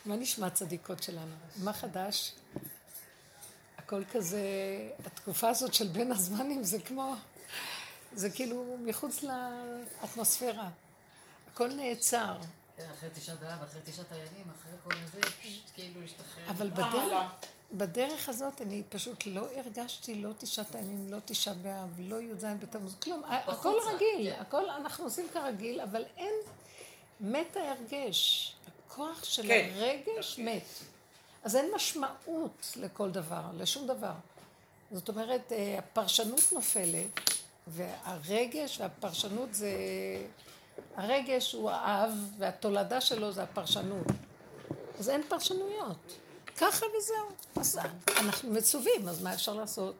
מה נשמע צדיקות שלנו? מה חדש? הכל כזה, התקופה הזאת של בין הזמנים זה כמו, זה כאילו מחוץ לאטמוספירה. הכל נעצר. אחרי תשעה באב, אחרי תשעת הימים, אחרי כל זה, כאילו להשתחרר. אבל בדרך הזאת אני פשוט לא הרגשתי, לא תשעת הימים, לא תשעה באב, לא י"ז בתמוז, כלום. הכל רגיל, הכל אנחנו עושים כרגיל, אבל אין מת ההרגש. הכוח של הרגש מת. אז אין משמעות לכל דבר, לשום דבר. זאת אומרת, הפרשנות נופלת, והרגש והפרשנות זה... הרגש הוא האב, והתולדה שלו זה הפרשנות. אז אין פרשנויות. ככה וזהו. אז אנחנו מצווים, אז מה אפשר לעשות?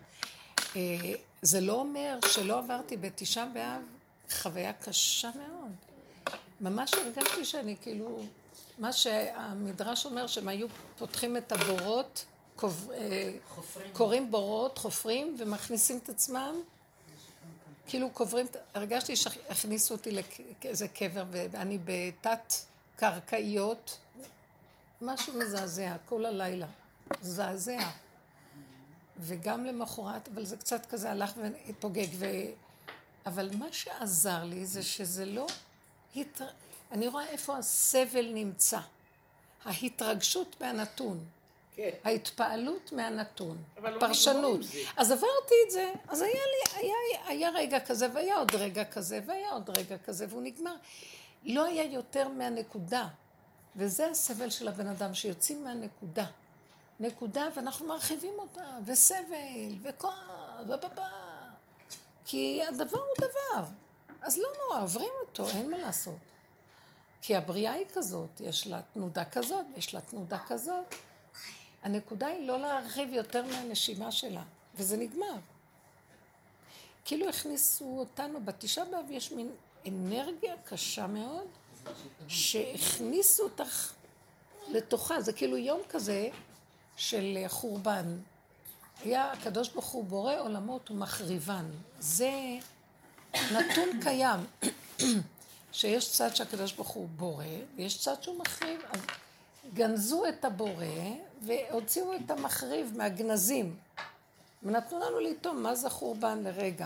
זה לא אומר שלא עברתי בתשעה באב חוויה קשה מאוד. ממש הרגשתי שאני כאילו... מה שהמדרש אומר, שהם היו פותחים את הבורות, קוראים בורות, חופרים, ומכניסים את עצמם, כאילו קוברים, הרגשתי שהכניסו אותי לאיזה קבר, ואני בתת קרקעיות, משהו מזעזע, כל הלילה, זעזע. וגם למחרת, אבל זה קצת כזה הלך והתפוגג, אבל מה שעזר לי זה שזה לא... אני רואה איפה הסבל נמצא. ההתרגשות מהנתון. כן. ההתפעלות מהנתון. הפרשנות. אז עברתי את זה, אז היה רגע כזה, והיה עוד רגע כזה, והיה עוד רגע כזה, והוא נגמר. לא היה יותר מהנקודה. וזה הסבל של הבן אדם, שיוצאים מהנקודה. נקודה, ואנחנו מרחיבים אותה, וסבל, וכוח, כי הדבר הוא דבר. אז לא נורא, עוברים אותו, אין מה לעשות. כי הבריאה היא כזאת, יש לה תנודה כזאת, יש לה תנודה כזאת. הנקודה היא לא להרחיב יותר מהנשימה שלה, וזה נגמר. כאילו הכניסו אותנו, בתשעה באב יש מין אנרגיה קשה מאוד, שהכניסו אותך לתוכה, זה כאילו יום כזה של חורבן. היה הקדוש ברוך הוא בורא עולמות ומחריבן. זה נתון קיים. שיש צד שהקדוש ברוך הוא בורא, ויש צד שהוא מחריב, אז גנזו את הבורא, והוציאו את המחריב מהגנזים. ונתנו לנו לטעום מה זה חורבן לרגע.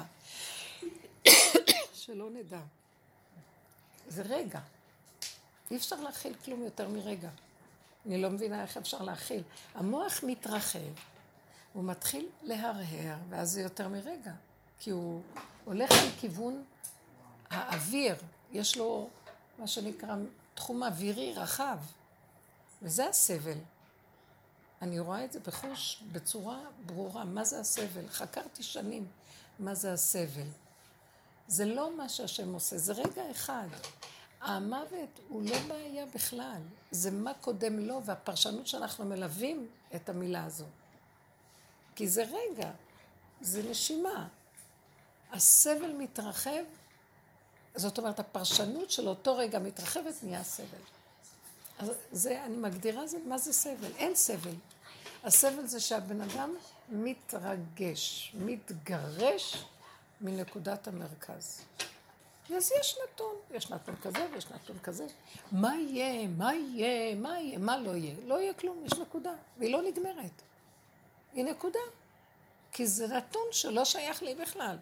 שלא נדע. זה רגע. אי אפשר להכיל כלום יותר מרגע. אני לא מבינה איך אפשר להכיל. המוח מתרחב, הוא מתחיל להרהר, ואז זה יותר מרגע. כי הוא הולך לכיוון האוויר, יש לו מה שנקרא תחום אווירי רחב, וזה הסבל. אני רואה את זה בחוש בצורה ברורה, מה זה הסבל. חקרתי שנים מה זה הסבל. זה לא מה שהשם עושה, זה רגע אחד. המוות הוא לא בעיה בכלל, זה מה קודם לו, והפרשנות שאנחנו מלווים את המילה הזו. כי זה רגע, זה נשימה. הסבל מתרחב, זאת אומרת, הפרשנות של אותו רגע מתרחבת, נהיה סבל. אז זה, אני מגדירה זה, מה זה סבל? אין סבל. הסבל זה שהבן אדם מתרגש, מתגרש מנקודת המרכז. אז יש נתון כזה ויש נתון כזה. מה יהיה, מה יהיה, מה יהיה, מה לא יהיה? לא יהיה כלום, יש נקודה, והיא לא נגמרת. היא נקודה, כי זה נתון שלא שייך לי בכלל.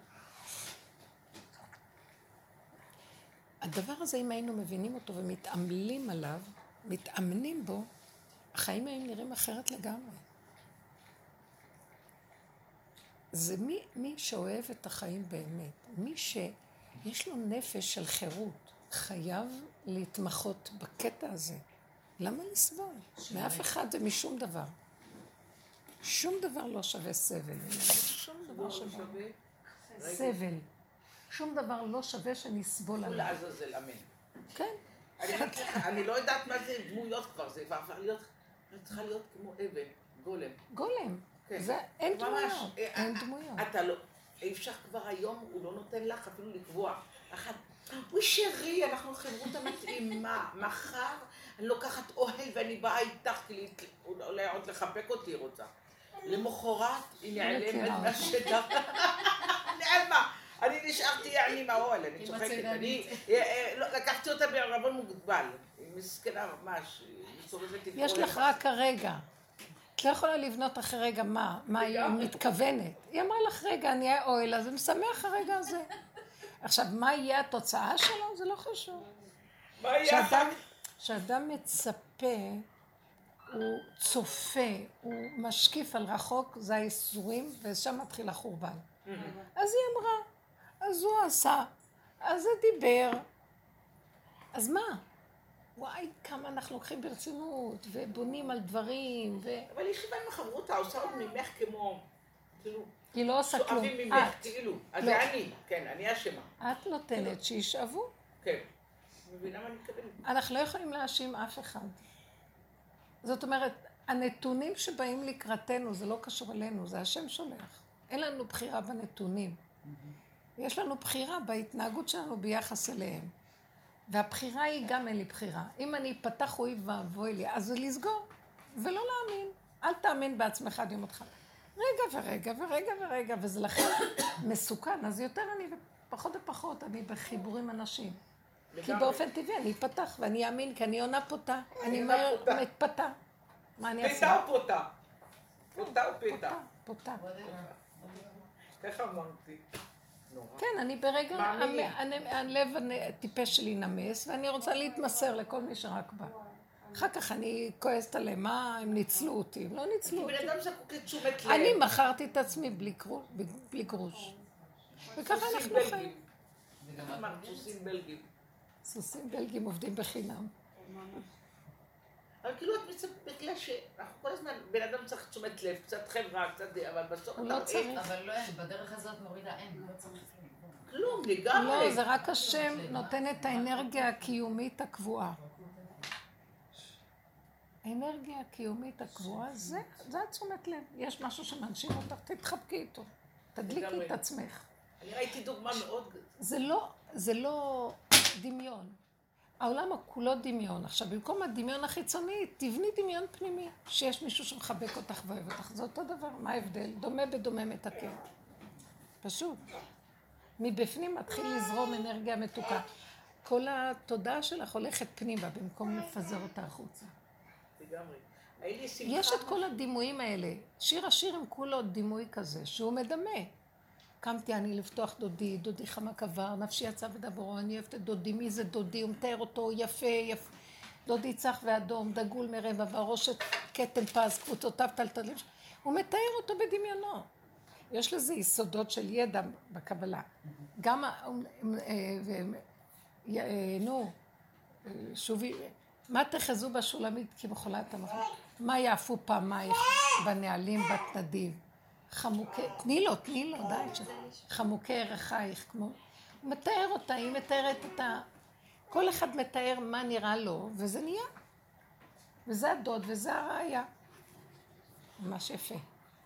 הדבר הזה, אם היינו מבינים אותו ומתעמלים עליו, מתאמנים בו, החיים הם נראים אחרת לגמרי. זה מי שאוהב את החיים באמת, מי שיש לו נפש של חירות, חייב להתמחות בקטע הזה. למה לסבול? מאף אחד ומשום דבר. שום דבר לא שווה סבל. שום דבר שווה סבל. שום דבר לא שווה שנסבול עליו. לעזאזל, אמן. כן. אני לא יודעת מה זה דמויות כבר, זה כבר צריכה להיות כמו אבן, גולם. גולם. אין דמויות. אין דמויות. אתה לא, אפשר כבר היום, הוא לא נותן לך אפילו לקבוע. אחת, הוא שרי, אנחנו חברות המתאימה. מחר אני לוקחת אוהל ואני באה איתך, כי אולי עוד לחבק אותי רוצה. למחרת היא נעלמת מהשטח. נעלמה. אני נשארתי יעני מהאוהל, אני צוחקת, אני לקחתי אותה בערבון מוגבל, היא מסכנה ממש, היא מסובבת עם... יש לך רק הרגע. את לא יכולה לבנות אחרי רגע מה היא מתכוונת. היא אמרה לך רגע, אני אהיה אוהל, אז זה משמח הרגע הזה. עכשיו, מה יהיה התוצאה שלו? זה לא חשוב. מה יהיה? כשאדם מצפה, הוא צופה, הוא משקיף על רחוק, זה האיסורים, ושם מתחיל החורבן. אז היא אמרה, אז הוא עשה, אז זה דיבר. אז מה? וואי, כמה אנחנו לוקחים ברצינות, ובונים על דברים, אבל ישיבה עם החברותה, עושה עוד ממך כמו, כאילו... היא לא עושה כלום. שואבים ממך, כאילו. אז זה אני, כן, אני אשמה. את נותנת שישאבו. כן. מבינה מה אני מתכוונת? אנחנו לא יכולים להאשים אף אחד. זאת אומרת, הנתונים שבאים לקראתנו, זה לא קשור אלינו, זה השם שולח. אין לנו בחירה בנתונים. יש לנו בחירה בהתנהגות שלנו ביחס אליהם. והבחירה היא גם אין לי בחירה. אם אני אפתח אוי ואבוי לי, אז זה לסגור ולא להאמין. אל תאמין בעצמך עד יום אותך. רגע, וזה לכן מסוכן. אז יותר אני, פחות ופחות, אני בחיבורים אנשים. כי באופן טבעי אני אפתח ואני אאמין, כי אני עונה פותה. אני מתפתה. מה אני אעשה? פותה או פתה? פותה. איך אמרתי? כן, אני ברגע, הלב הטיפש שלי נמס, ואני רוצה להתמסר לכל מי שרק בא. אחר כך אני כועסת עליהם, מה, הם ניצלו אותי, הם לא ניצלו אותי. בן אדם זקוק לתשומת לב. אני מכרתי את עצמי בלי גרוש. וככה אנחנו חיים. סוסים בלגים. סוסים בלגים עובדים בחינם. אבל כאילו את בגלל שאנחנו כל הזמן, בן אדם צריך תשומת לב, קצת חברה, קצת אבל בסוף הוא לא צריך. אבל לא אין, בדרך הזאת מורידה אין, לא צריך כלום, לגמרי. לא, זה רק השם נותן את האנרגיה הקיומית הקבועה. האנרגיה הקיומית הקבועה, זה התשומת לב. יש משהו שמנשים אותך, תתחבקי איתו. תדליקי את עצמך. אני ראיתי דוגמה מאוד... זה לא דמיון. העולם כולו דמיון. עכשיו, במקום הדמיון החיצוני, תבני דמיון פנימי. שיש מישהו שמחבק אותך ואוהב אותך. זה אותו דבר. מה ההבדל? דומה בדומה מתקן. פשוט. מבפנים מתחיל לזרום אנרגיה מתוקה. כל התודעה שלך הולכת פנימה במקום לפזר אותה החוצה. לגמרי. יש את כל הדימויים האלה. שיר השיר עם כולו דימוי כזה, שהוא מדמה. קמתי אני לפתוח דודי, דודי חמה קבר, נפשי יצא ודברו, אני אוהבת את דודי, מי זה דודי? הוא מתאר אותו יפה, דודי צח ואדום, דגול מרבע, והראשת קטן פז, קבוצותיו טלטלים, הוא מתאר אותו בדמיונו. יש לזה יסודות של ידע בקבלה. גם, שובי, מה תחזו בשולמית כמחולת המחולת? מה יעפו פעמייך בנעלים בתנדיב? חמוקי, תני לו, די, חמוקי ערכייך, כמו, הוא מתאר אותה, היא מתארת אותה, כל אחד מתאר מה נראה לו, וזה נהיה, וזה הדוד, וזה הראיה, ממש יפה.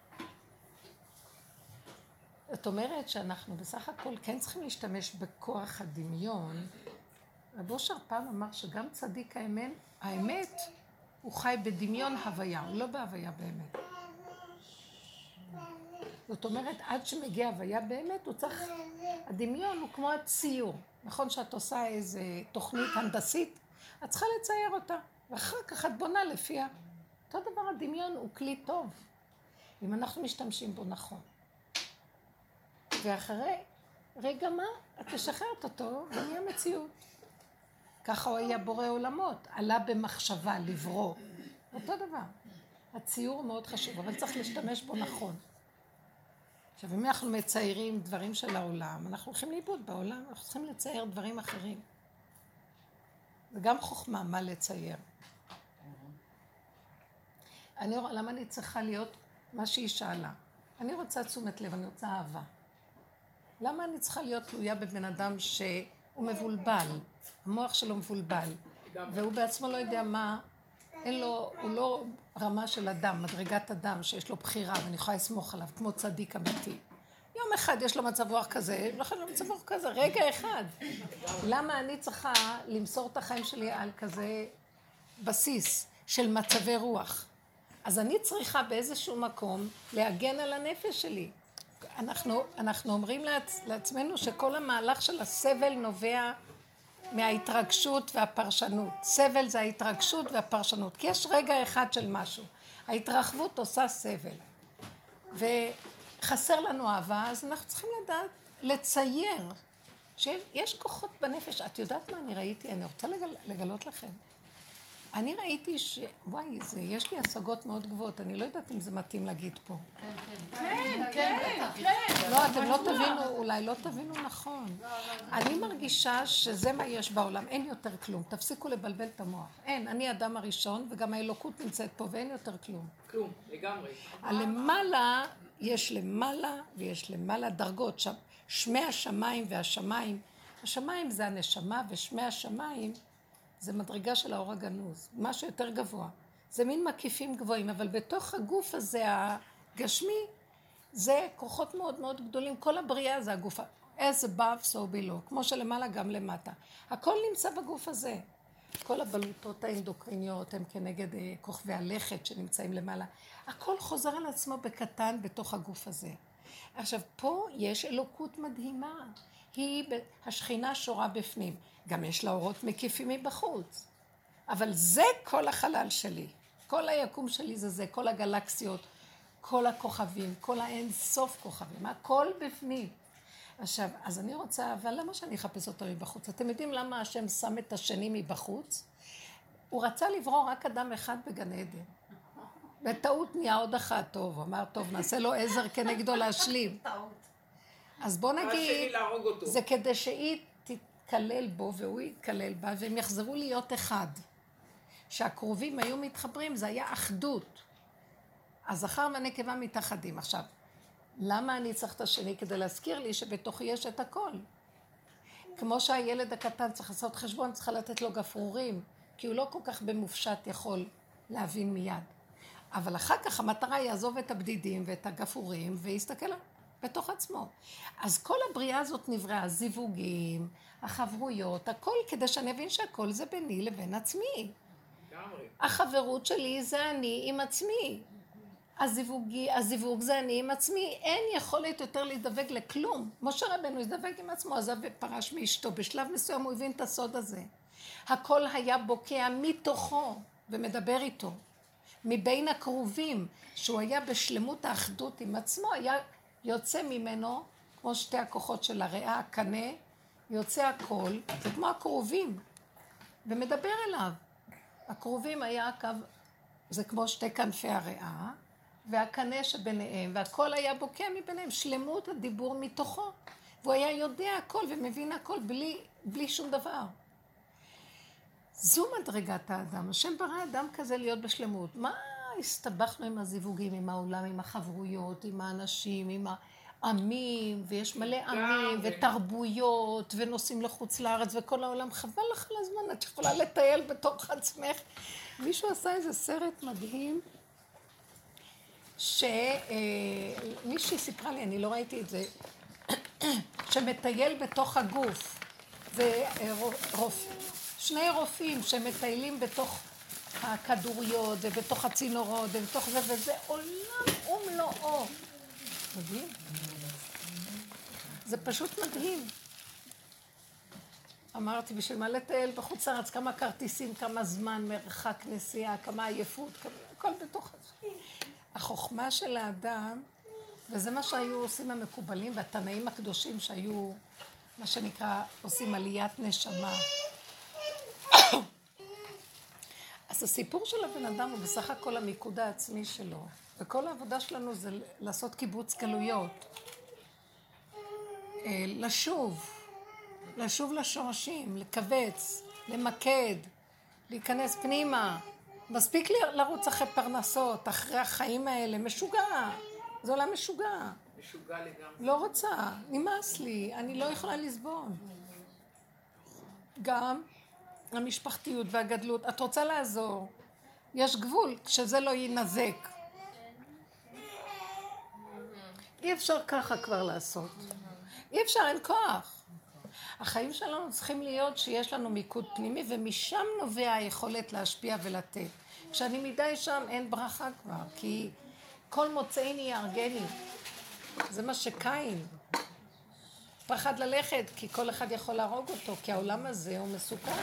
זאת אומרת שאנחנו בסך הכל כן צריכים להשתמש בכוח הדמיון. רב אושר פעם אמר שגם צדיק האמת הוא חי בדמיון הוויה, הוא לא בהוויה באמת. זאת אומרת, עד שמגיע הוויה באמת, הוא צריך... הדמיון הוא כמו הציור. נכון שאת עושה איזו תוכנית הנדסית, את צריכה לצייר אותה, ואחר כך את בונה לפיה. אותו דבר, הדמיון הוא כלי טוב, אם אנחנו משתמשים בו נכון. ואחרי רגע מה, את משחררת אותו, ונהיה מציאות. ככה הוא היה בורא עולמות, עלה במחשבה, לברוא. אותו דבר. הציור הוא מאוד חשוב, אבל צריך להשתמש בו נכון. עכשיו, אם אנחנו מציירים דברים של העולם, אנחנו הולכים לאיבוד בעולם, אנחנו צריכים לצייר דברים אחרים. זה גם חוכמה, מה לצייר. למה אני צריכה להיות מה שהיא שאלה? אני רוצה תשומת לב, אני רוצה אהבה. למה אני צריכה להיות תלויה בבן אדם שהוא מבולבל, המוח שלו מבולבל, והוא בעצמו לא יודע מה, אין לו, הוא לא רמה של אדם, מדרגת אדם שיש לו בחירה ואני יכולה לסמוך עליו, כמו צדיק אמיתי. יום אחד יש לו מצב רוח כזה, לא יכול להיות מצב רוח כזה, רגע אחד. למה אני צריכה למסור את החיים שלי על כזה בסיס של מצבי רוח? אז אני צריכה באיזשהו מקום להגן על הנפש שלי. אנחנו אומרים לעצמנו שכל המהלך של הסבל נובע מההתרגשות והפרשנות. סבל זה ההתרגשות והפרשנות, כי יש רגע אחד של משהו. ההתרחבות עושה סבל. וחסר לנו אהבה, אז אנחנו צריכים לדעת לצייר שיש כוחות בנפש. את יודעת מה אני ראיתי? אני רוצה לגלות לכם. אני ראיתי וואי, יש לי השגות מאוד גבוהות, אני לא יודעת אם זה מתאים להגיד פה. כן. לא, אתם לא תבינו, אולי לא תבינו נכון. אני מרגישה שזה מה יש בעולם, אין יותר כלום. תפסיקו לבלבל את המוח. אין, אני האדם הראשון, וגם האלוקות נמצאת פה, ואין יותר כלום. כלום, לגמרי. הלמעלה, יש למעלה ויש למעלה דרגות. שמי השמיים והשמיים, השמיים זה הנשמה, ושמי השמיים זה מדרגה של האור הגנוז, משהו יותר גבוה. זה מין מקיפים גבוהים, אבל בתוך הגוף הזה, הגשמי, זה כוחות מאוד מאוד גדולים. כל הבריאה זה הגוף, as above so below, כמו שלמעלה גם למטה. הכל נמצא בגוף הזה. כל הבלוטות האנדוקריניות הם כנגד כוכבי הלכת שנמצאים למעלה. הכל חוזר על עצמו בקטן בתוך הגוף הזה. עכשיו, פה יש אלוקות מדהימה. השכינה שורה בפנים. גם יש לה אורות מקיפים מבחוץ. אבל זה כל החלל שלי. כל היקום שלי זה, כל הגלקסיות, כל הכוכבים, כל האין סוף כוכבים. הכל בפנים. עכשיו, אז אני רוצה, אבל למה שאני אחפש אותו מבחוץ? אתם יודעים למה השם שם את השני מבחוץ? הוא רצה לברוא רק אדם אחד בגן עדן. בטעות נהיה עוד אחד טוב. הוא אמר, טוב, נעשה לו עזר כנגדו להשלים. אז בוא נגיד, זה כדי שהיא תתקלל בו והוא יתקלל בה, והם יחזרו להיות אחד. שהקרובים היו מתחברים, זה היה אחדות. הזכר והנקבה מתאחדים. עכשיו, למה אני צריך את השני? כדי להזכיר לי שבתוכי יש את הכל. כמו שהילד הקטן צריך לעשות חשבון, צריכה לתת לו גפרורים, כי הוא לא כל כך במופשט יכול להבין מיד. אבל אחר כך המטרה יעזוב את הבדידים ואת הגפרורים ויסתכל בתוך עצמו. אז כל הבריאה הזאת נבראה, הזיווגים, החברויות, הכל כדי שאני אבין שהכל זה ביני לבין עצמי. החברות שלי זה אני עם עצמי. הזיווג זה אני עם עצמי. אין יכולת יותר להידבק לכלום. משה רבנו ידבק עם עצמו, עזב ופרש מאשתו. בשלב מסוים הוא הבין את הסוד הזה. הכל היה בוקע מתוכו ומדבר איתו. מבין הקרובים, שהוא היה בשלמות האחדות עם עצמו, היה יוצא ממנו, כמו שתי הכוחות של הריאה, הקנה, יוצא הכל, זה כמו הקרובים, ומדבר אליו. הקרובים היה הקו, זה כמו שתי כנפי הריאה, והקנה שביניהם, והכל היה בוקע מביניהם, שלמות הדיבור מתוכו. והוא היה יודע הכל ומבין הכל בלי שום דבר. זו מדרגת האדם. השם ברא אדם כזה להיות בשלמות. מה הסתבכנו עם הזיווגים, עם העולם, עם החברויות, עם האנשים, עם העמים, ויש מלא עמים ותרבויות, ונוסעים לחוץ לארץ, וכל העולם חבל לך על הזמן, את יכולה לטייל בתוך עצמך. מישהו עשה איזה סרט מדהים, שמישהי סיפרה לי, אני לא ראיתי את זה, שמטייל בתוך הגוף. זה שני רופאים שמטיילים בתוך הכדוריות ובתוך הצינורות ובתוך זה, וזה עולם ומלואו. מדהים. זה פשוט מדהים. אמרתי, בשביל מה לטייל בחוץ לארץ, כמה כרטיסים, כמה זמן, מרחק נסיעה, כמה עייפות, הכל בתוך זה. החוכמה של האדם, וזה מה שהיו עושים המקובלים, והתנאים הקדושים שהיו, מה שנקרא, עושים עליית נשמה. אז הסיפור של הבן אדם הוא בסך הכל המיקוד העצמי שלו, וכל העבודה שלנו זה לעשות קיבוץ גלויות, לשוב לשורשים, לקבץ, למקד, להיכנס פנימה. מספיק לי לרוץ אחרי פרנסות, אחרי החיים האלה, משוגע, זה עולם משוגע. משוגע לגמרי. לא רוצה, נמאס לי, אני לא יכולה לסבול. גם המשפחתיות והגדלות, את רוצה לעזור, יש גבול שזה לא ינזק. אי אפשר ככה כבר לעשות. אי אפשר, אין כוח. החיים שלנו צריכים להיות שיש לנו מיקוד פנימי, ומשם נובע היכולת להשפיע ולתת. כשאני מדי שם אין ברכה כבר, כי כל מוצאיני יהרגני. זה מה שקין. פחד ללכת, כי כל אחד יכול להרוג אותו, כי העולם הזה הוא מסוכן.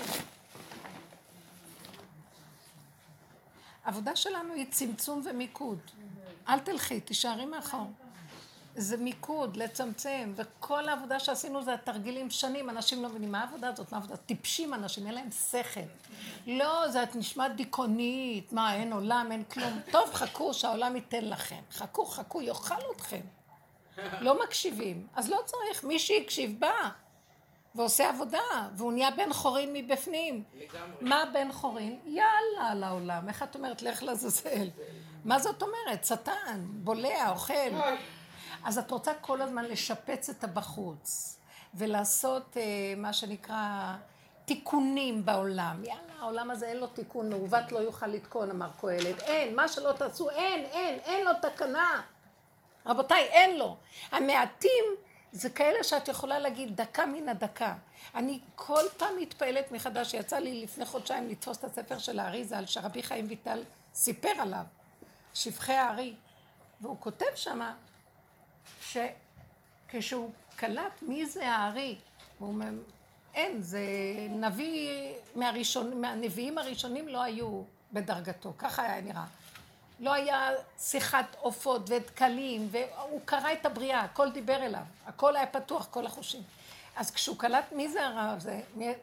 העבודה שלנו היא צמצום ומיקוד. אל תלכי, תישארי מאחור. זה מיקוד, לצמצם, וכל העבודה שעשינו זה התרגילים שנים, אנשים לא מבינים, מה העבודה הזאת? מה העבודה? טיפשים אנשים, אין להם שכל. לא, זה את נשמעת דיכאונית, מה, אין עולם, אין כלום. טוב, חכו שהעולם ייתן לכם. חכו, יאכל אתכם. לא מקשיבים, אז לא צריך, מי שיקשיב בא, ועושה עבודה, והוא נהיה בן חורין מבפנים. מה בן חורין? יאללה לעולם, איך את אומרת, לך לזזל. מה זאת אומרת? שטן, בולע, אוכל. אז את רוצה כל הזמן לשפץ את הבחוץ, ולעשות מה שנקרא תיקונים בעולם. יאללה, העולם הזה אין לו תיקון, מעוות לא יוכל לתקון, אמר קהלת. אין, מה שלא תעשו, אין לו תקנה. רבותיי, אין לו. המעטים זה כאלה שאת יכולה להגיד דקה מן הדקה. אני כל פעם מתפעלת מחדש, שיצא לי לפני חודשיים לתפוס את הספר של הארי ז"ל, שרבי חיים ויטל סיפר עליו, שבחי הארי, והוא כותב שמה, שכשהוא קלט מי זה הארי, הוא אומר, אין, זה נביא מהנביאים הראשונים לא היו בדרגתו, ככה היה נראה. לא היה שיחת עופות ודקלים, והוא קרא את הבריאה, הכל דיבר אליו, הכל היה פתוח, כל החושים. אז כשהוא קלט מי זה הרב הזה,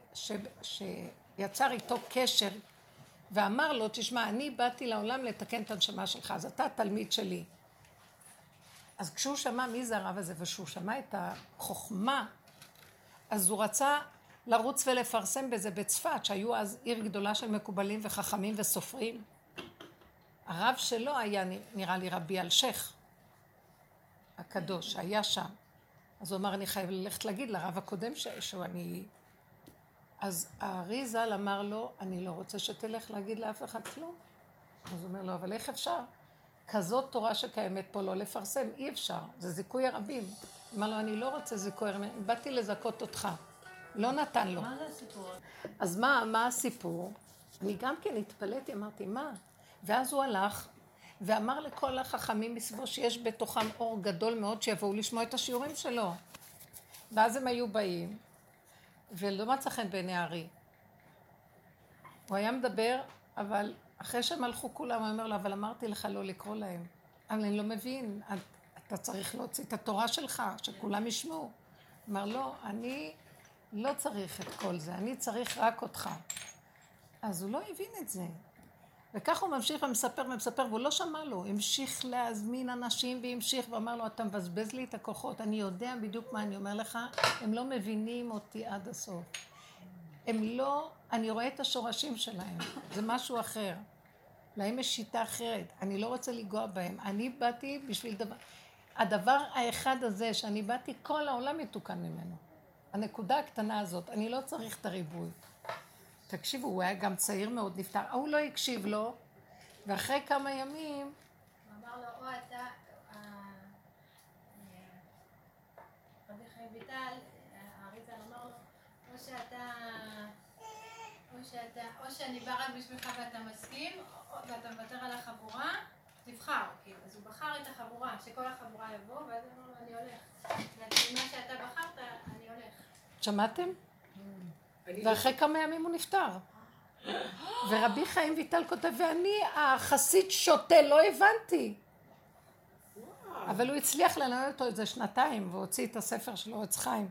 שיצר איתו קשר, ואמר לו, תשמע, אני באתי לעולם לתקן את הנשמה שלך, אז אתה תלמיד שלי. אז כשהוא שמע מי זה הרב הזה, ושהוא שמע את החוכמה, אז הוא רצה לרוץ ולפרסם בזה בצפת, שהיו אז עיר גדולה של מקובלים וחכמים וסופרים. הרב שלו היה, נראה לי, רבי אלשך, הקדוש, היה שם. אז הוא אמר, אני חייב ללכת להגיד לרב הקודם שהוא אני... אז הארי ז"ל אמר לו, אני לא רוצה שתלך להגיד לאף אחד כלום. אז הוא אומר לו, אבל איך אפשר? כזאת תורה שקיימת פה לא לפרסם, אי אפשר, זה זיכוי הרבים. אמר לו, אני לא רוצה זיכוי הרבים, באתי לזכות אותך. לא נתן לו. מה זה הסיפור? אז מה הסיפור? אני גם כן התפלאתי, אמרתי, מה? ואז הוא הלך ואמר לכל החכמים מסביבו שיש בתוכם אור גדול מאוד שיבואו לשמוע את השיעורים שלו. ואז הם היו באים, ולא מצא חן בעיני הארי. הוא היה מדבר, אבל אחרי שהם הלכו כולם, הוא אומר לו, אבל אמרתי לך לא לקרוא להם. אבל אני לא מבין, אתה צריך להוציא את התורה שלך, שכולם ישמעו. אמר, לא, אני לא צריך את כל זה, אני צריך רק אותך. אז הוא לא הבין את זה. וכך הוא ממשיך ומספר, והוא לא שמע לו. המשיך להזמין אנשים והמשיך, ואמר לו, אתה מבזבז לי את הכוחות, אני יודע בדיוק מה אני אומר לך, הם לא מבינים אותי עד הסוף. הם לא, אני רואה את השורשים שלהם, זה משהו אחר. להם יש שיטה אחרת, אני לא רוצה לגוע בהם. אני באתי בשביל הדבר האחד הזה, שאני באתי, כל העולם מתוקן ממנו. הנקודה הקטנה הזאת, אני לא צריך את הריבוי. תקשיבו, הוא היה גם צעיר מאוד, נפטר. הוא לא הקשיב לו, ואחרי כמה ימים... הוא אמר לו, או אתה, רבי חיים ויטל, הארי ז"ל אמר לו, או שאני בא רק בשבילך ואתה מסכים, ואתה מוותר על החבורה, תבחר. אז הוא בחר את החבורה, שכל החבורה יבוא, ואז הוא אמר לו, אני הולך. מה שאתה בחרת, אני הולך. שמעתם? ואחרי כמה ימים הוא נפטר. ורבי חיים ויטל כותב, ואני החסיד שוטה, לא הבנתי. אבל הוא הצליח לנהל אותו איזה שנתיים, והוציא את הספר שלו, עץ חיים.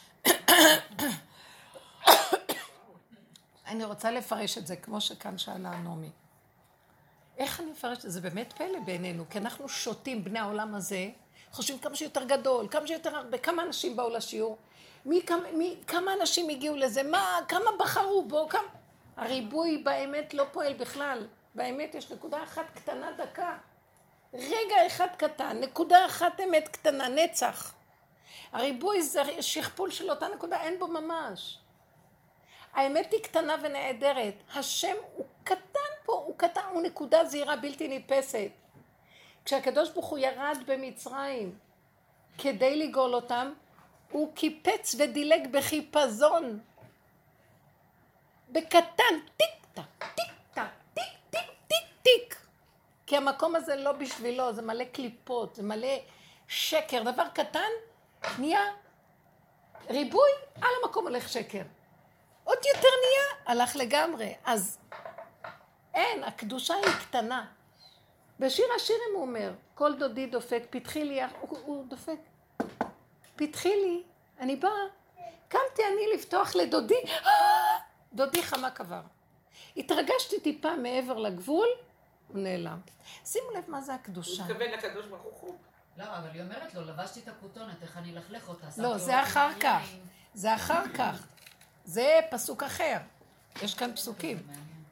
אני רוצה לפרש את זה, כמו שכאן שאלה נעמי. איך אני אפרש את זה? זה באמת פלא בעינינו, כי אנחנו שותים בני העולם הזה, חושבים כמה שיותר גדול, כמה שיותר הרבה, כמה אנשים באו לשיעור, כמה אנשים הגיעו לזה, כמה בחרו בו, הריבוי באמת לא פועל בכלל, באמת יש נקודה אחת קטנה דקה, רגע אחד קטן, נקודה אחת אמת קטנה, נצח. הריבוי זה שכפול של אותה נקודה, אין בו ממש. האמת היא קטנה ונעדרת, השם הוא קטן פה, הוא נקודה זהירה בלתי נתפסת. כשהקדוש ברוך הוא ירד במצרים כדי לגאול אותם, הוא קיפץ ודילג בחיפזון. בקטן, טיק טק, טיק טק, טיק טיק טיק טיק. כי המקום הזה לא בשבילו, זה מלא קליפות, זה מלא שקר, דבר קטן, נהיה ריבוי, על המקום הולך שקר. עוד יותר נהיה, הלך לגמרי. אז אין, הקדושה היא קטנה. בשיר השירים הוא אומר, כל דודי דופק, פתחי לי, הוא דופק. פתחי לי, אני באה, קמתי אני לפתוח לדודי, דודי חמה קבר. התרגשתי טיפה מעבר לגבול, הוא נעלם. שימו לב מה זה הקדושה. הוא מתכוון לקדוש ברוך הוא. לא, אבל היא אומרת לו, לבשתי את הכותונת, איך אני אלכלך אותה? לא, זה אחר כך. זה אחר כך. זה פסוק אחר. יש כאן פסוקים.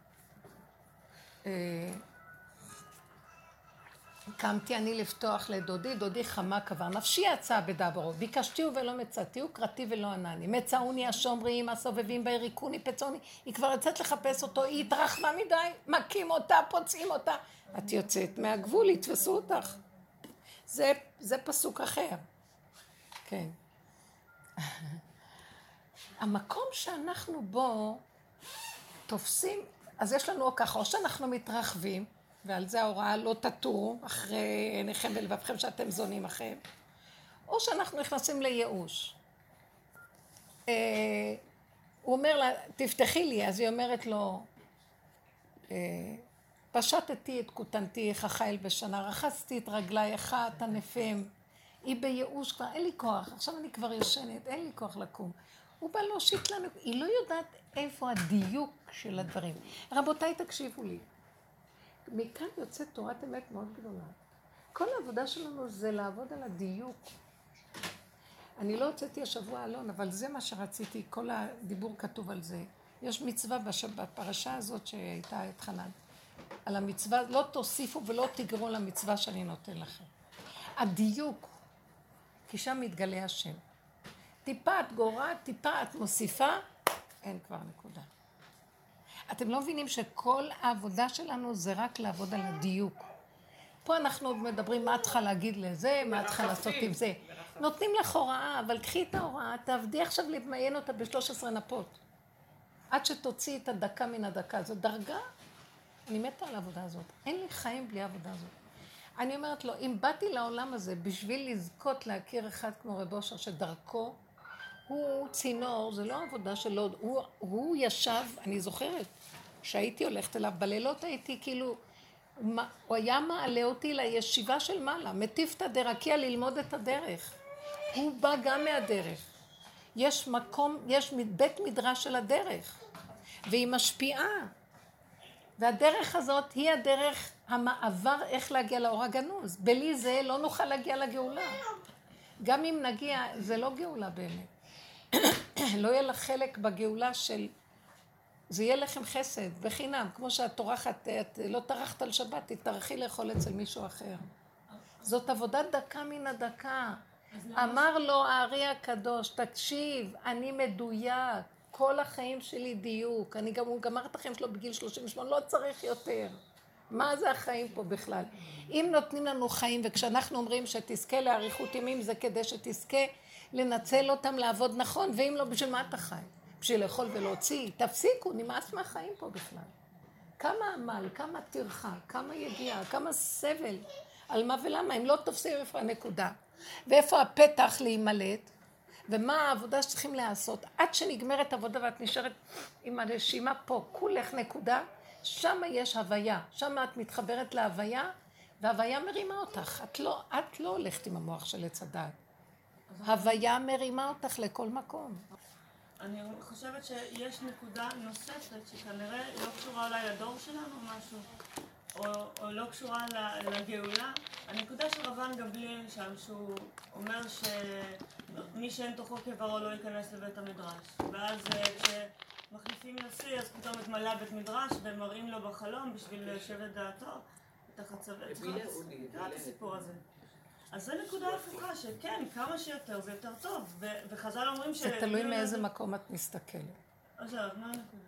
קמתי אני לפתוח לדודי, דודי חמה קבר. נפשי יצאה בדברו, ביקשתיו ולא מצאתיו, קראתי ולא ענני. מצאוני השומרים, הסובבים ביריקוני, פצוני. היא כבר יוצאת לחפש אותו, היא התרחמה מדי, מכים אותה, פוצעים אותה. את יוצאת מהגבול, יתפסו אותך. זה פסוק אחר. כן. המקום שאנחנו בו תופסים, אז יש לנו ככה, או שאנחנו מתרחבים, ועל זה ההוראה לא תטורו אחרי עיניכם ולבבכם שאתם זונים אחריהם, או שאנחנו נכנסים לייאוש. הוא אומר לה, תפתחי לי, אז היא אומרת לו, פשטתי את כותנתי, חחיל בשנה, רחצתי את רגלייך, את ענפיהם. היא בייאוש כבר, אין לי כוח, עכשיו אני כבר ישנת, אין לי כוח לקום. הוא בא להושיט לנו, היא לא יודעת איפה הדיוק של הדברים. רבותיי, תקשיבו לי. מכאן יוצאת תורת אמת מאוד גדולה. כל העבודה שלנו זה לעבוד על הדיוק. אני לא הוצאתי השבוע אלון, אבל זה מה שרציתי, כל הדיבור כתוב על זה. יש מצווה בפרשה הזאת שהייתה את חנן. על המצווה, לא תוסיפו ולא תגרו למצווה שאני נותן לכם. הדיוק, כי שם מתגלה השם. טיפה את גורעת, טיפה את מוסיפה, אין כבר נקודה. אתם לא מבינים שכל העבודה שלנו זה רק לעבוד על הדיוק. פה אנחנו מדברים מה צריכה להגיד לזה, מה צריכה לעשות עם זה. נותנים לך הוראה, אבל קחי את ההוראה, תעבדי עכשיו להתמיין אותה ב13 נפות. עד שתוציא את הדקה מן הדקה. זו דרגה, אני מתה על העבודה הזאת. אין לי חיים בלי העבודה הזאת. אני אומרת לו, אם באתי לעולם הזה בשביל לזכות להכיר אחד כמו רב אושר שדרכו, הוא צינור, זה לא עבודה שלו, הוא ישב, אני זוכרת, שהייתי הולכת אליו, בלילות הייתי כאילו, הוא היה מעלה אותי לישיבה של מעלה, מטיף את הדרכיה ללמוד את הדרך. הוא בא גם מהדרך. יש מקום, יש בית מדרש של הדרך, והיא משפיעה. והדרך הזאת היא הדרך המעבר איך להגיע לאור הגנוז. בלי זה לא נוכל להגיע לגאולה. גם אם נגיע, זה לא גאולה באמת. לא יהיה לך חלק בגאולה של... זה יהיה לכם חסד, בחינם. כמו שאת טורחת, את לא טרחת על שבת, תטרחי לאכול אצל מישהו אחר. זאת עבודת דקה מן הדקה. אמר לו הארי הקדוש, תקשיב, אני מדויק. כל החיים שלי דיוק. אני גם גמרת החיים שלו בגיל 38, לא צריך יותר. מה זה החיים פה בכלל? אם נותנים לנו חיים, וכשאנחנו אומרים שתזכה לאריכות ימים, זה כדי שתזכה לנצל אותם לעבוד נכון, ואם לא, בשביל מה אתה חי? בשביל לאכול ולהוציא. תפסיקו, נמאס מהחיים פה בכלל. כמה עמל, כמה טרחה, כמה יגיעה, כמה סבל. על מה ולמה? הם לא תופסים איפה הנקודה. ואיפה הפתח להימלט, ומה העבודה שצריכים לעשות. עד שנגמרת עבודה ואת נשארת עם הנשימה פה, כולך נקודה, שם יש הוויה. שם את מתחברת להוויה, וההוויה מרימה אותך. את לא הולכת עם המוח של עץ הדעת. הוויה מרימה אותך לכל מקום. אני חושבת שיש נקודה נוספת שכנראה לא קשורה אולי לדור שלנו או משהו, או לא קשורה לגאולה. הנקודה של רבן גמליאל שם, שהוא אומר שמי שאין תוכו כברו לא ייכנס לבית המדרש. ואז כשמחליפים נשיא, אז פתאום התמלא בית מדרש ומראים לו בחלום בשביל ליישב את דעתו, את החצבת. תראה את הסיפור הזה. אז זו נקודה הפוכה, שכן, כמה שיותר זה יותר טוב, וחז"ל אומרים זה תלוי מאיזה מקום את מסתכלת. אז מה הנקודה?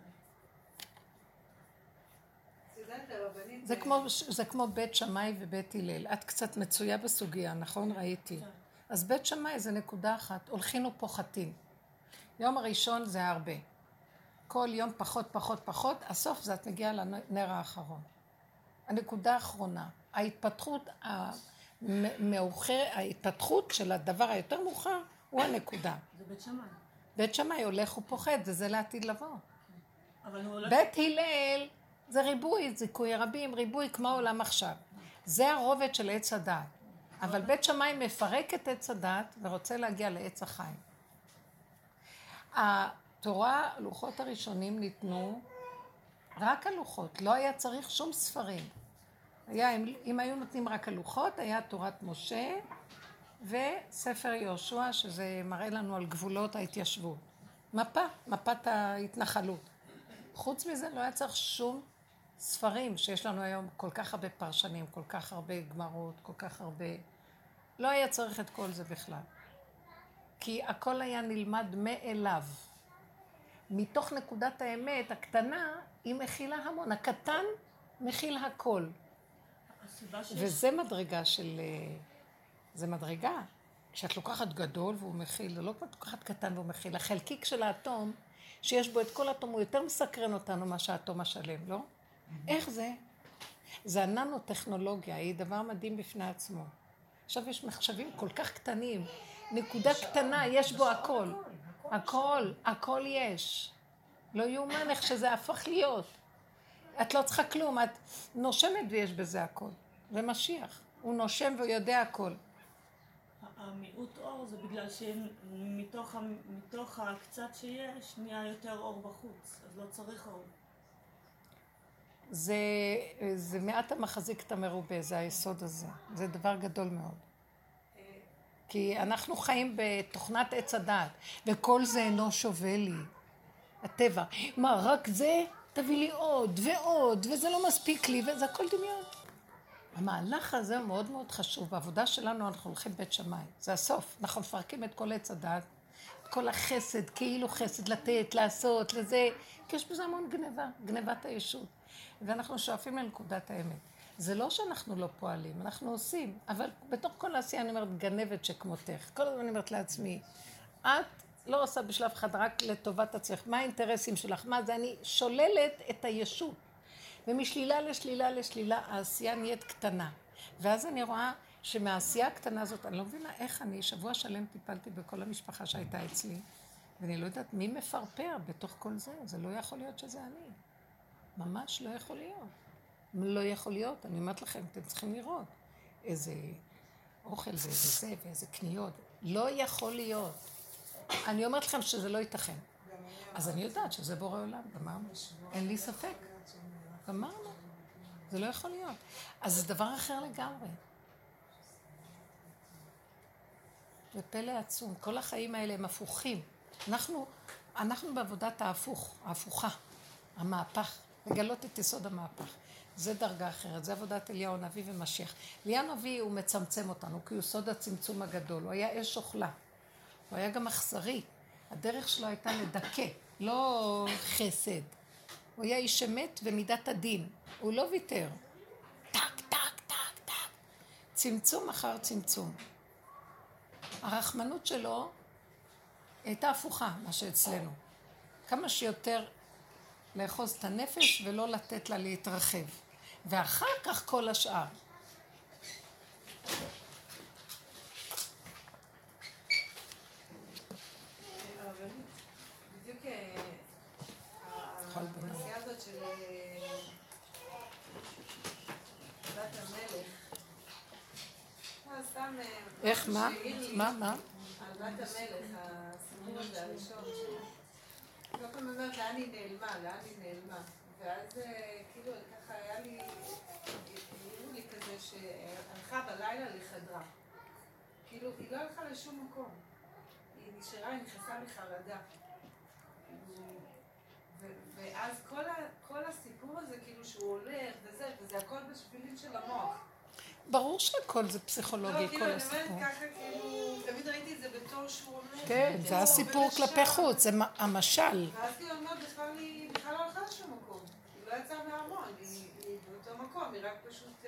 זה כמו בית שמאי ובית הלל. את קצת מצויה בסוגיה, נכון? ראיתי. אז בית שמאי זה נקודה אחת, הולכים ופוחתים. יום הראשון זה הרבה. כל יום פחות, פחות, פחות, הסוף זה את מגיעה לנר האחרון. הנקודה האחרונה, ההתפתחות מאוחר, ההתפתחות של הדבר היותר מאוחר הוא הנקודה. זה בית שמאי. בית שמאי הולך ופוחד, וזה לעתיד לבוא. אבל הוא הולך... בית הלל זה ריבוי, זיכוי רבים, ריבוי כמו העולם עכשיו. זה הרובד של עץ הדעת. אבל בית שמאי מפרק את עץ הדעת ורוצה להגיע לעץ החיים. התורה, הלוחות הראשונים ניתנו רק הלוחות, לא היה צריך שום ספרים. אם היו נותנים רק הלוחות, היה תורת משה וספר יהושע, שזה מראה לנו על גבולות ההתיישבות. מפת ההתנחלות. חוץ מזה לא היה צריך שום ספרים, שיש לנו היום כל כך הרבה פרשנים, כל כך הרבה גמרות, כל כך הרבה... לא היה צריך את כל זה בכלל. כי הכל היה נלמד מאליו. מתוך נקודת האמת הקטנה, היא מכילה המון. הקטן מכיל הכל. וזה מדרגה של... זה מדרגה. כשאת לוקחת גדול והוא מכיל, זה לא כמו לוקחת קטן והוא מכיל. החלקיק של האטום, שיש בו את כל האטום, הוא יותר מסקרן אותנו מה שהאטום השלם, לא? איך זה? זה הננו-טכנולוגיה, היא דבר מדהים בפני עצמו. עכשיו יש מחשבים כל כך קטנים, נקודה קטנה, יש בו הכל. הכל יש. לא יאומן איך שזה הפך להיות. את לא צריכה כלום, את נושמת ויש בזה הכל. זה משיח, הוא נושם והוא יודע הכל. המיעוט אור זה בגלל שמתוך הקצת שיש נהיה יותר אור בחוץ, אז לא צריך אור. זה מעט המחזיק את המרובה, זה היסוד הזה. זה דבר גדול מאוד. כי אנחנו חיים בתוכנת עץ הדעת, וכל זה אינו שווה לי. הטבע. מה, רק זה? תביא לי עוד ועוד, וזה לא מספיק לי, וזה הכל דמיון. המהלך הזה הוא מאוד מאוד חשוב. בעבודה שלנו אנחנו הולכים בית שמאי. זה הסוף. אנחנו מפרקים את כל עץ הדעת, את כל החסד, כאילו חסד, לתת, לעשות, לזה. כי יש בזה המון גניבה, גניבת הישות. ואנחנו שואפים לנקודת האמת. זה לא שאנחנו לא פועלים, אנחנו עושים. אבל בתוך כל העשייה אני אומרת, גנבת שכמותך. כל הזמן אני אומרת לעצמי, את לא עושה בשלב אחד רק לטובת עצמך. מה האינטרסים שלך? מה זה? אני שוללת את הישות. ומשלילה לשלילה לשלילה, העשייה נהיית קטנה. ואז אני רואה שמהעשייה הקטנה הזאת, אני לא מבינה איך אני, שבוע שלם טיפלתי בכל המשפחה שהייתה אצלי, ואני לא יודעת מי מפרפר בתוך כל זה. זה לא יכול להיות שזה אני. ממש לא יכול להיות. לא יכול להיות. אני אומרת לכם, אתם צריכים לראות איזה אוכל ואיזה זה ואיזה קניות. לא יכול להיות. אני אומרת לכם שזה לא ייתכן. אז אני יודעת שזה בורא עולם. גמרנו. אין לי ספק. גמרנו. זה לא יכול להיות. אז זה דבר אחר לגמרי. זה פלא עצום. כל החיים האלה הם הפוכים. אנחנו בעבודת ההפוכה, המהפך. לגלות את יסוד המהפך. זה דרגה אחרת, זה עבודת אליהו הנביא ומשיח. אליהו הנביא הוא מצמצם אותנו, כי הוא סוד הצמצום הגדול. הוא היה אש אוכלה. הוא היה גם אכזרי. הדרך שלו הייתה לדכא, לא חסד. הוא היה איש אמת ומידת הדין. הוא לא ויתר. טק, טק, טק, טק. צמצום אחר צמצום. הרחמנות שלו הייתה הפוכה, מה שאצלנו. כמה שיותר לאחוז את הנפש ולא לתת לה להתרחב. ואחר כך כל השאר. בדיוק הנסיעה הזאת של בת המלך, סתם... איך, מה? מה? על בת המלך, הסיפור הזה הראשון, כל פעם אומרת לאן היא נעלמה, ואז כאילו ככה היה לי, העירו לי כזה שהלכה בלילה לחדרה, כאילו היא לא הלכה לשום מקום, היא נשארה, היא נכנסה לחרדה, ואז כל הסיפור הזה כאילו שהוא הולך וזה הכל בשבילים של המוח. ברור שהכל זה פסיכולוגי, כל הסיפור. לא, כאילו, אני אומרת ככה, כאילו, תמיד ראיתי את זה בתור שהוא הולך. כן, זה הסיפור כלפי חוץ, זה המשל. ואז כאילו, אני אומרת, היא בכלל לא הלכה לשום מקום. היא לא יצאה מהארמון, היא באותו מקום, היא רק פשוט...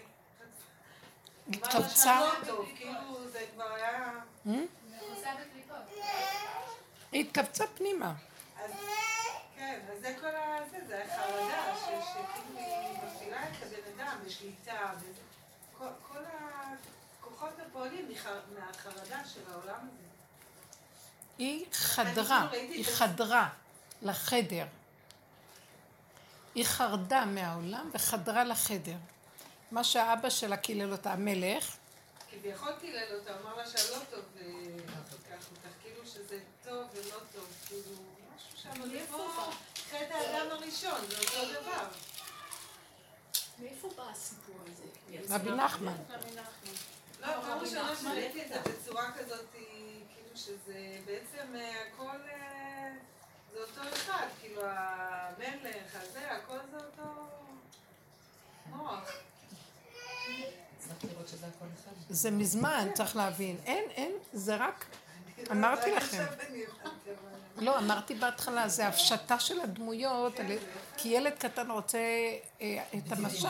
קבצה. כאילו, זה כבר היה... מכוסה בקליפות. היא התקבצה פנימה. כן, אז זה כל הזה, זה היה חרדה, שכאילו היא מפעילה את הבן אדם בשליטה, כל כוחות הפועלים מהחרדה של העולם הזה. היא חדרה לחדר. היא חרדה מהעולם וחדרה לחדר. מה שהאבא שלה קילל אותה, המלך. כביכול קילל אותה, אמר לה שהלא טוב כך אותך, כאילו שזה טוב ולא טוב, כאילו משהו שם, זה כמו חטא האדם הראשון, זה אותו דבר. מאיפה בא הסיפור הזה? רבי נחמן. לא, פעם ראשונה שראיתי את זה בצורה כזאת, כאילו שזה בעצם הכל, זה אותו אחד, כאילו המלך, הזה, הכל זה אותו מוח. צריך לראות שזה הכל אחד. זה מזמן, צריך להבין. אין, זה רק, אמרתי לכם. לא, אמרתי בהתחלה, זה הפשטה של הדמויות, כי ילד קטן רוצה את המשל.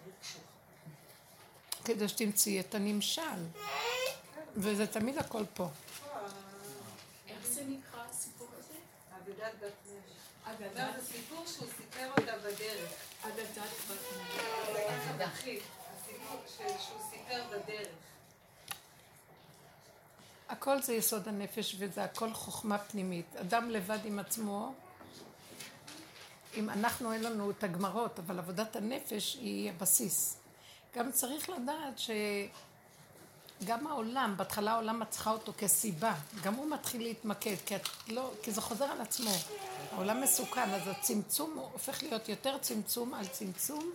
כדי שתמצאי את הנמשל. וזה תמיד הכל פה. איך זה נקרא הסיפור הזה? אגדת בת נש. אגדת. זה סיפור שהוא סיפר אותה בדרך. אגדת בת נש. זה ככה מתחיל. הסיפור שהוא סיפר בדרך. הכל זה יסוד הנפש וזה הכל חוכמה פנימית. אדם לבד עם עצמו, אם אנחנו אין לנו את הגמרות, אבל עבודת הנפש היא הבסיס. גם צריך לדעת שגם העולם, בהתחלה העולם מצחה אותו כסיבה, גם הוא מתחיל להתמקד, כי זה חוזר על עצמו. העולם מסוכן, אז הצמצום הופך להיות יותר צמצום על צמצום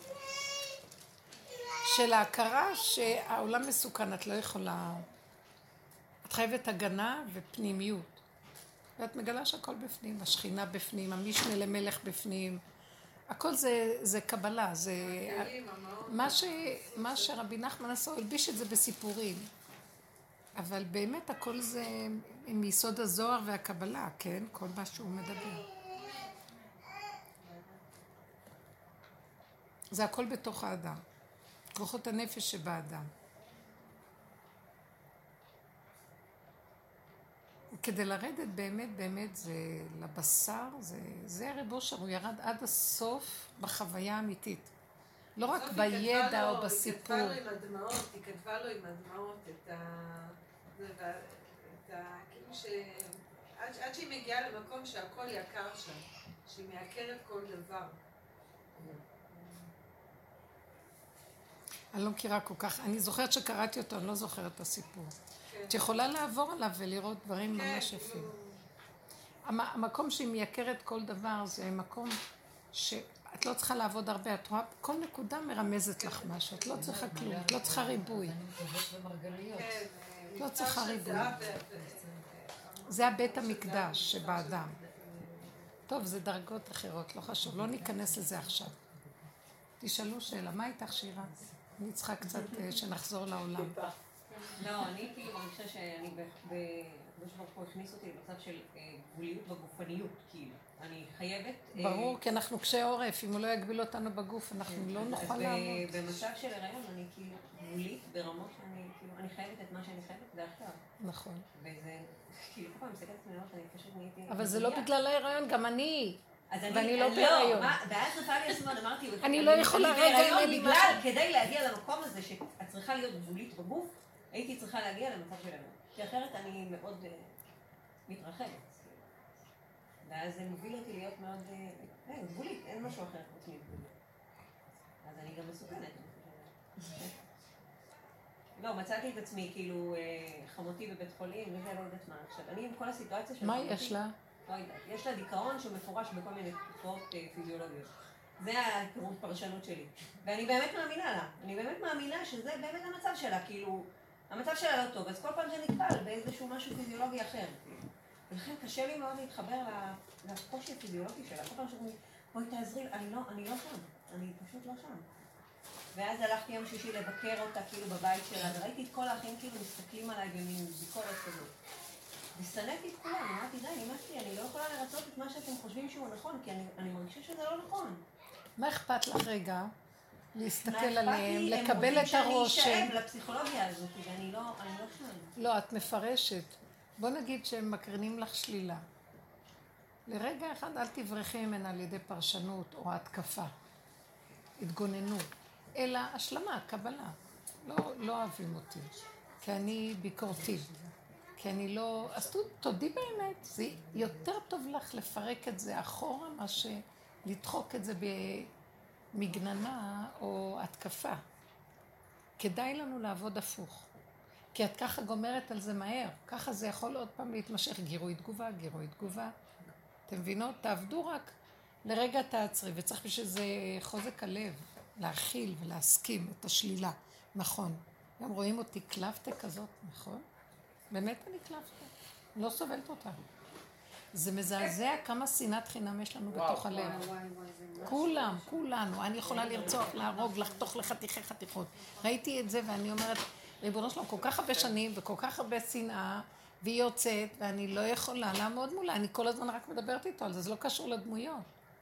של ההכרה שהעולם מסוכן, את לא יכולה, את חייבת הגנה ופנימיות. ואת מגלה שהכל בפנים, השכינה בפנים, המשנה למלך בפנים, הכל זה קבלה, זה מה שרבי נחמן עשה, הוא הלביש את זה בסיפורים. אבל באמת הכל זה מיסוד הזוהר והקבלה, כן? כל מה שהוא מדבר. זה הכל בתוך האדם. כוחות הנפש שבאדם. כדי לרדת באמת זה לבשר, זה הרב אושר, הוא ירד עד הסוף בחוויה האמיתית. לא רק בידע או בסיפור. היא כתבה לו עם הדמעות את כאילו עד שהיא מגיעה למקום שהכל יקר שם, שהיא מייקרת כל דבר. אני לא מכירה כל כך, אני זוכרת שקראתי אותו, אני לא זוכרת את הסיפור. את יכולה לעבור עליו ולראות דברים ממש יפים. המקום שהיא מייקרת כל דבר זה מקום שאת לא צריכה לעבוד הרבה, את רואה, כל נקודה מרמזת לך משהו, את לא צריכה כלום, את לא צריכה ריבוי. לא צריכה ריבוי. זה הבית המקדש שבאדם. טוב, זה דרגות אחרות, לא חשוב, לא ניכנס לזה עכשיו. תשאלו שאלה, מה איתך שירה? אני צריכה קצת שנחזור לעולם. לא, אני כאילו מרגישה שאני בשבוע פה הכניס אותי למצב של גבוליות בגופניות, כאילו. אני חייבת... ברור, כי אנחנו קשי עורף, אם הוא לא יגביל אותנו בגוף, אנחנו לא נוכל לעמוד. במצב של הריון אני כאילו גבולית ברמות שאני כאילו, אני חייבת את מה שאני חייבת ועכשיו. נכון. וזה, כאילו, כל פעם מסתכלת מלאות, אני פשוט נהייתי... אבל זה לא בגלל ההיריון, גם אני. ואני לא בהיריון. בהיריון. ואז נפל לי השמאל, אמרתי... אני לא יכולה רגע, אין לי משהו. כדי להגיע למקום הזה שאת צריכה להיות גבולית בגוף, הייתי צריכה להגיע למצב של הריון. כי אחרת אני מאוד מתרחבת. ואז זה מוביל אותי להיות מאוד גבולית, אין משהו אחר חוץ מגבולית. אז אני גם מסוכנת. לא, מצאתי את עצמי כאילו חמותי בבית חולים, וזה לא יודעת מה. עכשיו, אני עם כל הסיטואציה של... מה יש לה? לא יודעת. יש לה דיכאון שמפורש בכל מיני תופעות פיזיולוגיות. זה הפרשנות שלי. ואני באמת מאמינה לה. אני באמת מאמינה שזה באמת המצב שלה, כאילו... המצב שלה לא טוב, אז כל פעם זה נקבל באיזשהו משהו פיזיולוגי אחר. ולכן קשה לי מאוד להתחבר לקושי הפיזיולוגי שלה. כל פעם שאומרים, בואי תעזרי, אני לא שם. אני פשוט לא שם. ואז הלכתי יום שישי לבקר אותה כאילו בבית שלה, וראיתי את כל האחים כאילו מסתכלים עליי במין ביקורת כזאת. ושנאתי את כולם, אמרתי, די, נמאסתי, אני לא יכולה לרצות את מה שאתם חושבים שהוא נכון, כי אני מרגישה שזה לא נכון. מה אכפת לך רגע? להסתכל עליהם, לקבל את הרושם. אני אשאב לפסיכולוגיה הזאת, ואני לא שם. לא, את מפרשת. בוא נגיד שהם מקרינים לך שלילה. לרגע אחד אל תברחי ממנה על ידי פרשנות או התקפה. התגוננות. אלא השלמה, קבלה. לא אוהבים אותי. כי אני ביקורתי. כי אני לא... אז תודי באמת, זה יותר טוב לך לפרק את זה אחורה, מה שלדחוק את זה במגננה או התקפה. כדאי לנו לעבוד הפוך. כי את ככה גומרת על זה מהר. ככה זה יכול עוד פעם להתמשך. גירוי תגובה, גירוי תגובה. אתם מבינות? תעבדו רק לרגע תעצרי, וצריך בשביל זה חוזק הלב, להכיל ולהסכים את השלילה. נכון. גם רואים אותי קלפטה כזאת, נכון? באמת אני קלפטה. לא סובלת אותה. זה מזעזע כמה שנאת חינם יש לנו בתוך הלב. כולם, כולנו. אני יכולה לרצוח, להרוג, לחתוך לחתיכי חתיכות. ראיתי את זה ואני אומרת, ריבונו שלום, כל כך הרבה שנים וכל כך הרבה שנאה, והיא יוצאת ואני לא יכולה לעמוד מולה. אני כל הזמן רק מדברת איתו על זה, זה לא קשור לדמויות.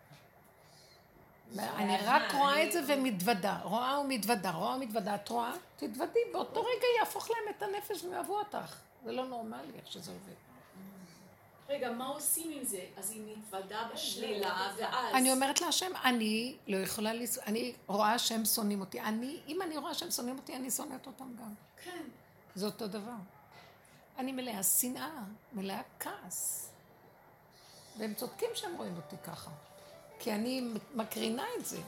אני רק רואה את זה ומתוודה, רואה ומתוודה, את רואה? תתוודי, באותו רגע יהפוך להם את הנפש ויאהבו אותך. זה לא נורמלי איך שזה עובד. רגע, מה עושים עם זה? אז היא מתוודה בשלילה, ואז... אני אומרת להשם, אני לא יכולה אני רואה שהם שונאים אותי. אם אני רואה שהם שונאים אותי, אני שונאת אותם גם. כן. זה אותו דבר. אני מלאה שנאה, מלאה כעס. והם צודקים שהם רואים אותי ככה. כי אני מקרינה את זה.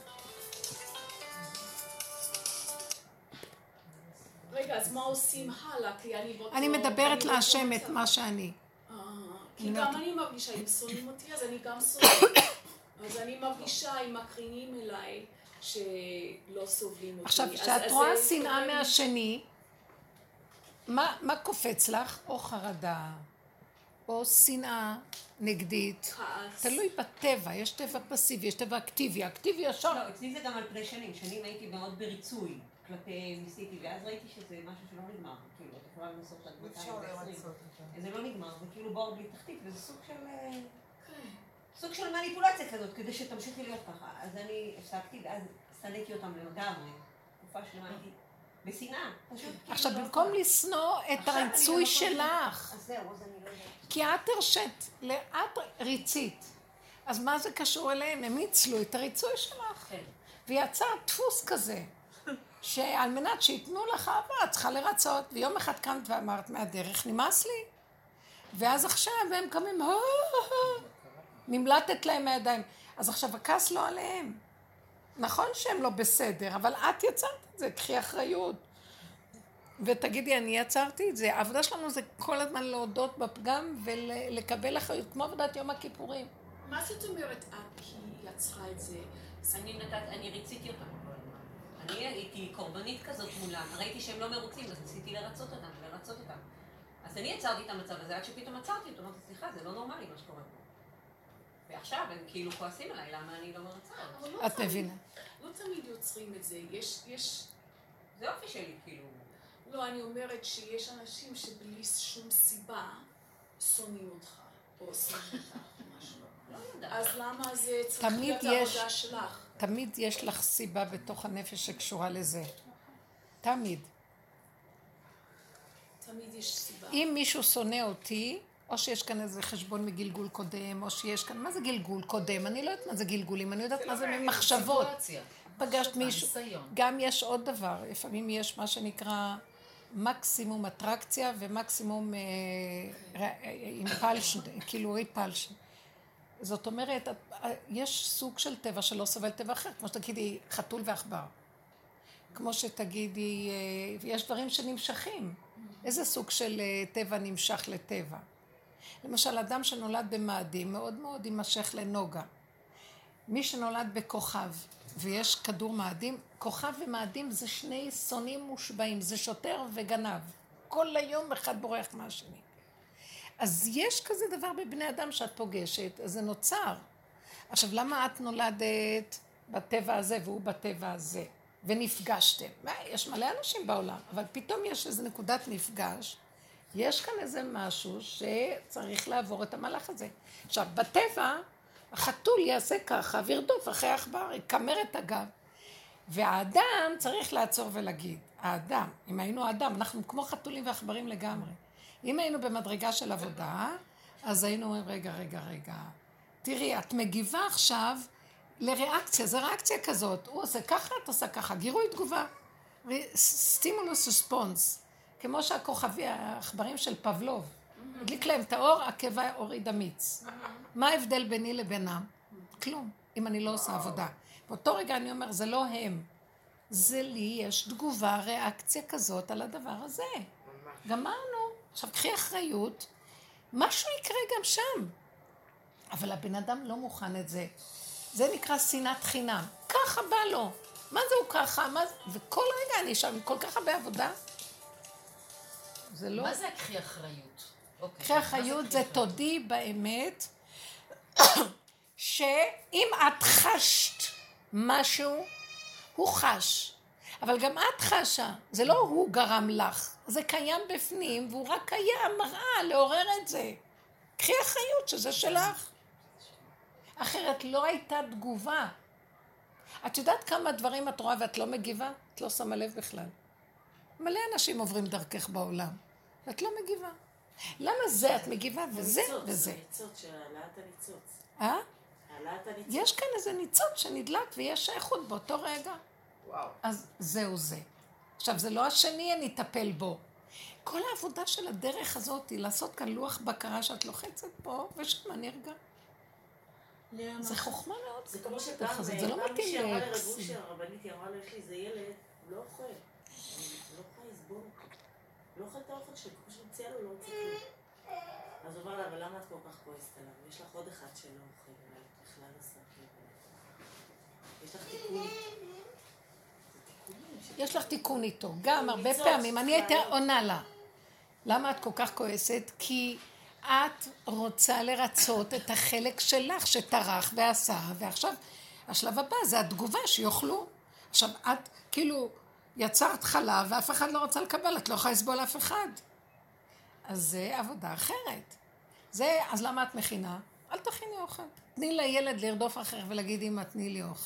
רגע, אז מה עושים הלאה? כי אני מדברת להשם את מה שאני. כי גם אני מרגישה, אם שונאים אותי, אז אני גם שונאת. אז אני מרגישה, אם מקרינים אליי, שלא סובלים אותי. עכשיו, כשאת רואה שנאה מהשני, מה קופץ לך? או חרדה, או שנאה נגדית. תלוי בטבע, יש טבע פסיבי, יש טבע אקטיבי. אקטיבי ישר. לא, אצלי זה גם על פני שנים. שנים הייתי מאוד בריצוי כלפי ניסיתי, ואז ראיתי שזה משהו שלא נגמר. כאילו, את יכולה לנסות עד 220. זה לא נגמר, זה כאילו בור בלי תחתית, וזה סוג של מניפולציה כזאת, כדי שתמשיכי להיות ככה. אז אני הפסקתי, ואז שנאתי אותם לגמרי. תקופה שלמה הייתי בשנאה. עכשיו, במקום לשנוא את הריצוי שלך, אז זהו, אז אני לא יודעת. כי את הרשת, את ריצית. אז מה זה קשור אליהם? הם ניצלו את הריצוי שלך. ויצא דפוס כזה, שעל מנת שיתנו לך אהבה, את צריכה לרצות. ויום אחד קמת ואמרת מהדרך, נמאס לי. ואז עכשיו הם קמים, נמלטת להם מהידיים. אז עכשיו הכעס לא עליהם. נכון שהם לא בסדר, אבל את יצרת את זה, קחי אחריות. ותגידי, אני יצרתי את זה. העבודה שלנו זה כל הזמן להודות בפגם ולקבל אחריות, כמו עבודת יום הכיפורים. מה זאת אומרת את כי יצרה את זה? אני ריציתי אותם. אני הייתי קורבנית כזאת מולם. ראיתי שהם לא מרוצים, אז ניסיתי לרצות אותם. אז אני יצרתי את המצב הזה, עד שפתאום עצרתי אותו, אמרתי, סליחה, זה לא נורמלי מה שקורה פה. ועכשיו הם כאילו כועסים עליי, למה אני לא מרצה? את מבינה. לא תמיד יוצרים את זה, יש... זה אופי שלי, כאילו. לא, אני אומרת שיש אנשים שבלי שום סיבה שונאים אותך, או שונאים אותך, או משהו. לא יודעת. אז למה זה צריך להיות העבודה שלך? תמיד יש לך סיבה בתוך הנפש שקשורה לזה. תמיד. תמיד יש סיבה. אם מישהו שונא אותי, או שיש כאן איזה חשבון מגלגול קודם, או שיש כאן, מה זה גלגול קודם? אני לא יודעת מה זה גלגולים, אני יודעת מה זה ממחשבות. פגשת מישהו. גם יש עוד דבר, לפעמים יש מה שנקרא מקסימום אטרקציה ומקסימום אימפלשן, כאילו ריפלשן. זאת אומרת, יש סוג של טבע שלא סובל טבע אחר, כמו שתגידי חתול ועכבר. כמו שתגידי, יש דברים שנמשכים. איזה סוג של טבע נמשך לטבע? למשל, אדם שנולד במאדים מאוד מאוד יימשך לנוגה. מי שנולד בכוכב ויש כדור מאדים, כוכב ומאדים זה שני שונאים מושבעים, זה שוטר וגנב. כל היום אחד בורח מהשני. אז יש כזה דבר בבני אדם שאת פוגשת, אז זה נוצר. עכשיו, למה את נולדת בטבע הזה והוא בטבע הזה? ונפגשתם. יש מלא אנשים בעולם, אבל פתאום יש איזו נקודת נפגש, יש כאן איזה משהו שצריך לעבור את המהלך הזה. עכשיו, בטבע, החתול יעשה ככה, וירדוף אחרי העכבר, יקמר את הגב. והאדם צריך לעצור ולהגיד, האדם, אם היינו האדם, אנחנו כמו חתולים ועכברים לגמרי. אם היינו במדרגה של עבודה, אז היינו אומרים, רגע. תראי, את מגיבה עכשיו לריאקציה, זו ריאקציה כזאת. הוא עושה ככה, את עושה ככה, גירוי תגובה. סטימולוס רספונס. כמו שהכוכבי, העכברים של פבלוב. הדליק להם את האור, הקיבה הוריד המיץ. מה ההבדל ביני לבינם? כלום, אם אני לא עושה עבודה. באותו רגע אני אומר, זה לא הם. זה לי יש תגובה, ריאקציה כזאת על הדבר הזה. גמרנו. עכשיו, קחי אחריות, משהו יקרה גם שם. אבל הבן אדם לא מוכן את זה. זה נקרא שנאת חינם. ככה בא לו. מה זה הוא ככה? מה זה? וכל רגע אני שם כל כך הרבה עבודה. זה לא... מה זה קחי אחריות? קחי אחריות זה תודי באמת, שאם את חשת משהו, הוא חש. אבל גם את חשה. זה לא הוא גרם לך. זה קיים בפנים, והוא רק קיים, מראה, לעורר את זה. קחי אחריות שזה שלך. אחרת לא הייתה תגובה. את יודעת כמה דברים את רואה ואת לא מגיבה? את לא שמה לב בכלל. מלא אנשים עוברים דרכך בעולם, ואת לא מגיבה. למה זה את מגיבה וזה וזה? זה ניצוץ של העלאת הניצוץ. אה? העלאת הניצוץ. יש כאן איזה ניצוץ שנדלק ויש שייכות באותו רגע. וואו. אז זהו זה. עכשיו, זה לא השני, אני אטפל בו. כל העבודה של הדרך הזאת היא לעשות כאן לוח בקרה שאת לוחצת פה, ושמה נרגע. זה חוכמה מאוד. זה כמו זה שפעם, לא מתאים שאמרה לאקסים. לרבושר, הרבנית, היא אמרה לו, יש לי איזה ילד, הוא לא אוכל. אני לא יכולה לסבור אותו. לא אוכל את האוכל שלי, כמו שמציע לו, לא רוצה כלום. אז הוא אמר לה, אבל למה את כל כך כועסת עליו? יש לך עוד אחד שלא אוכל, אולי בכלל עשה כאילו. יש לך תיקון. יש לך תיקון איתו. גם הרבה פעמים, אני הייתי עונה לה. למה את כל כך כועסת? כי את רוצה לרצות את החלק שלך שטרח ועשה, ועכשיו השלב הבא זה התגובה שיוכלו. עכשיו את כאילו יצרת חלב ואף אחד לא רוצה לקבל, את לא יכולה לסבול אף אחד. אז זה עבודה אחרת. זה, אז למה את מכינה? אל תכיני אוכל. תני לילד לרדוף אחריך ולהגיד אמא תני לי אוכל.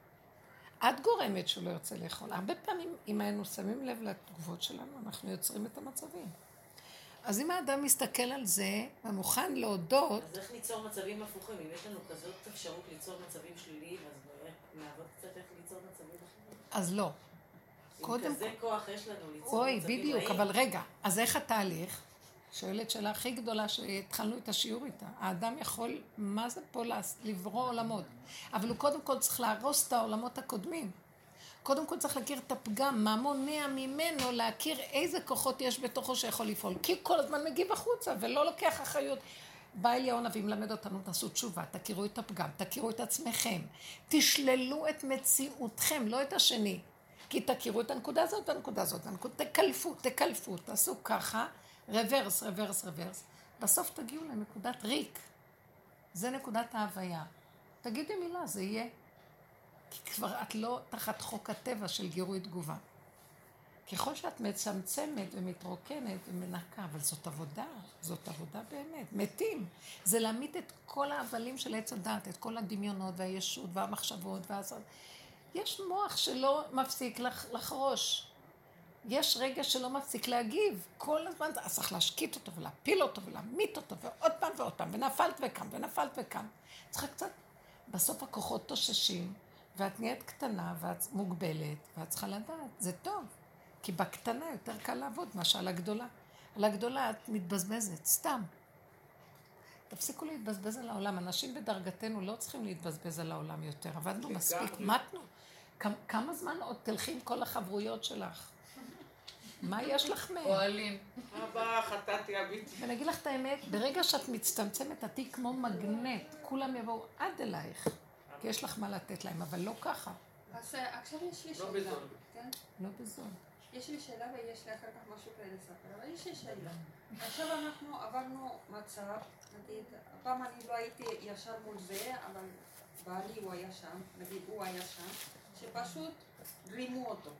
את גורמת שהוא לא יוצא לאכול. הרבה פעמים אם היינו שמים לב לתגובות שלנו, אנחנו יוצרים את המצבים. אז אם האדם מסתכל על זה ומוכן להודות... אז איך ליצור מצבים הפוכים? אם יש לנו כזאת אפשרות ליצור מצבים שליליים, אז נעבוד קצת איך ליצור מצבים אחרים. אז לא. אם כזה כוח יש לנו ליצור מצבים אוי, בדיוק, אבל רגע, אז איך התהליך? שואלת שאלה הכי גדולה שהתחלנו את השיעור איתה. האדם יכול, מה זה פה לברוא עולמות? אבל הוא קודם כל צריך להרוס את העולמות הקודמים. קודם כל צריך להכיר את הפגם, מה מונע ממנו להכיר איזה כוחות יש בתוכו שיכול לפעול. כי כל הזמן מגיב החוצה ולא לוקח אחריות. בא אליהו הנביא מלמד אותנו, תעשו תשובה, תכירו את הפגם, תכירו את עצמכם. תשללו את מציאותכם, לא את השני. כי תכירו את הנקודה הזאת, הנקודה הזאת, תקלפו, תעשו ככה, רוורס. בסוף תגיעו לנקודת ריק. זה נקודת ההוויה. תגידי מילה, זה יהיה. כי כבר את לא תחת חוק הטבע של גירוי תגובה. ככל שאת מצמצמת ומתרוקנת ומנקה, אבל זאת עבודה באמת, מתים. זה להעמיד את כל ההבלים של עץ הדת, את כל הדמיונות והישות והמחשבות יש מוח שלא מפסיק לחרוש. יש רגע שלא מפסיק להגיב. כל הזמן צריך להשקיט אותו ולהפיל אותו ולהמית אותו ועוד פעם, ונפלת וקם. צריך קצת, בסוף הכוחות תוששים, ואת נהיית קטנה ואת מוגבלת, ואת צריכה לדעת, זה טוב. כי בקטנה יותר קל לעבוד, מה שעל הגדולה. על הגדולה את מתבזבזת, סתם. תפסיקו להתבזבז על העולם. אנשים בדרגתנו לא צריכים להתבזבז על העולם יותר. עבדנו מספיק, מתנו. כמה זמן עוד תלכי עם כל החברויות שלך? מה יש לך מהם? פועלים. הבא, חטאתי אמיתי. ואני אגיד לך את האמת, ברגע שאת מצטמצמת, את תהיי כמו מגנט. כולם יבואו עד אלייך. כי יש לך מה לתת להם, אבל לא ככה. אז עכשיו יש לי שאלה. כן? לא בזול. יש לי שאלה ויש לי אחר כך משהו כדי לספר, אבל יש לי שאלה. עכשיו אנחנו עברנו מצב, נגיד, הפעם אני לא הייתי ישר מול זה, אבל בעלי הוא היה שם, נגיד הוא היה שם, שפשוט רימו אותו.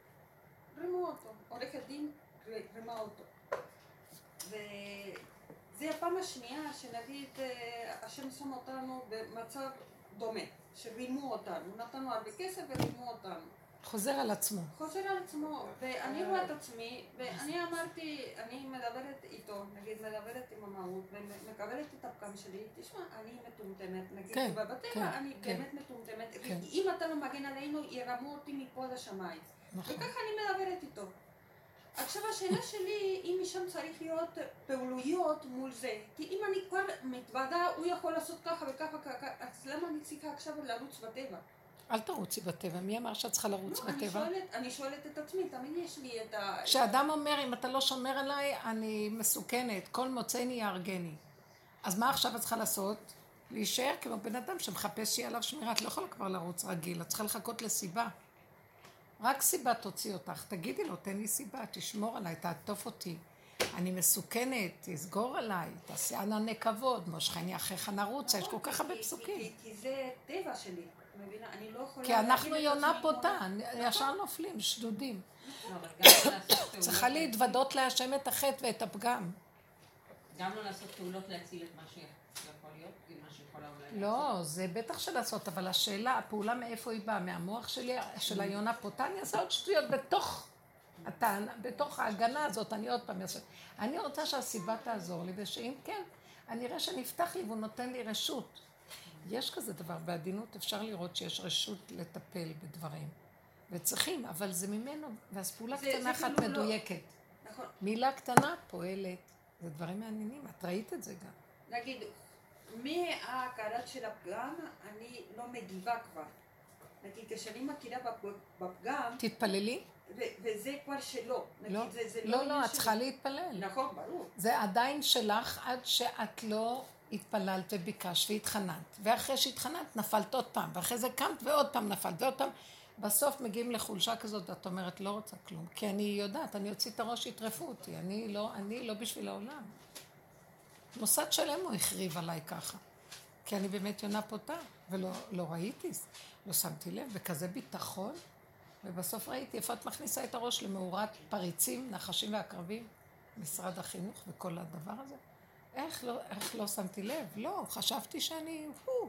עורכת דין רימה אותו. וזה הפעם השנייה שנגיד השם שם אותנו במצב דומה, שרימו אותנו, נתנו הרבה כסף ורימו אותנו. חוזר על עצמו, ואני רואה את עצמי, ואני אמרתי, אני מדברת איתו, נגיד מדברת עם המהות, ומקבלת את הפגם שלי, תשמע, אני מטומטמת, נגיד, בטבע אני באמת מטומטמת, אם אתה לא מגן עלינו, ירמו אותי מפה לשמיים. וככה אני מדברת איתו. עכשיו השאלה שלי, אם משם צריך להיות פעולויות מול זה. כי אם אני כבר מתוודה, הוא יכול לעשות ככה וככה, אז למה אני צריכה עכשיו לרוץ בטבע? אל תרוצי בטבע, מי אמר שאת צריכה לרוץ בטבע? אני שואלת את עצמי, תמיד יש לי את ה... כשאדם אומר, אם אתה לא שומר עליי, אני מסוכנת, כל מוצאני יהרגני. אז מה עכשיו את צריכה לעשות? להישאר כמו בן אדם שמחפש שיהיה עליו שמירה, את לא יכולה כבר לרוץ רגיל, את צריכה לחכות לסיבה. רק סיבה תוציא אותך, תגידי לו, תן לי סיבה, תשמור עליי, תעטוף אותי. אני מסוכנת, תסגור עליי, תעשי ענני כבוד, מושכני אחריך נרוץ, יש כל כך הרבה פסוקים. כי זה טבע שלי, מבינה? אני לא יכולה... כי אנחנו יונה פותה, ישר נופלים, שדודים. צריכה להתוודות להשם את החטא ואת הפגם. גם לא לעשות פעולות להציל את מה שיכול להיות, עם מה שיכולה אולי... לא, זה בטח של לעשות, אבל השאלה, הפעולה מאיפה היא באה? מהמוח שלי, של היונה פותה, אני אעשה עוד שטויות בתוך ההגנה הזאת, אני עוד פעם אעשה. אני רוצה שהסיבה תעזור לי, ושאם כן, אני אראה שנפתח לי והוא נותן לי רשות. יש כזה דבר, בעדינות אפשר לראות שיש רשות לטפל בדברים, וצריכים, אבל זה ממנו, ואז פעולה קטנה אחת מדויקת. נכון. מילה קטנה פועלת, זה דברים מעניינים, את ראית את זה גם. נגיד, מההכרה של הפגם, אני לא מגיבה כבר. נגיד, כשאני מכירה בפגם... תתפללי? וזה כבר שלא. לא, לא, את צריכה להתפלל. נכון, ברור. זה עדיין שלך עד שאת לא התפללת וביקשת והתחננת. ואחרי שהתחננת נפלת עוד פעם, ואחרי זה קמת ועוד פעם נפלת ועוד פעם. בסוף מגיעים לחולשה כזאת, ואת אומרת, לא רוצה כלום. כי אני יודעת, אני אוציא את הראש, יטרפו אותי. אני לא בשביל העולם. מוסד שלם הוא החריב עליי ככה. כי אני באמת יונה פותה, ולא ראיתי, לא שמתי לב, וכזה ביטחון. ובסוף ראיתי איפה את מכניסה את הראש למאורת פריצים, נחשים ועקרבים, משרד החינוך וכל הדבר הזה. איך לא שמתי לב? לא, חשבתי שאני,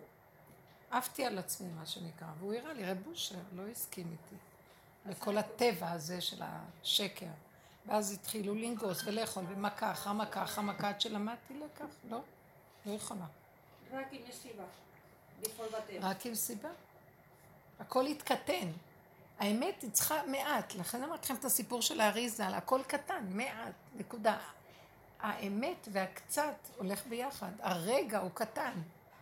עפתי על עצמי מה שנקרא, והוא הראה לי, רב אושר, לא הסכים איתי. לכל הטבע הזה של השקר. ואז התחילו לנגוס ולאכול, ומכה אחר מכה אחר מכה, עד שלמדתי לקח. לא יכולה. רק אם יש סיבה, לפעול בטבע. רק עם סיבה. הכל התקטן. האמת היא צריכה מעט, לכן אמרתי לכם את הסיפור של האריזה, הכל קטן, מעט, נקודה. האמת והקצת הולך ביחד, הרגע הוא קטן.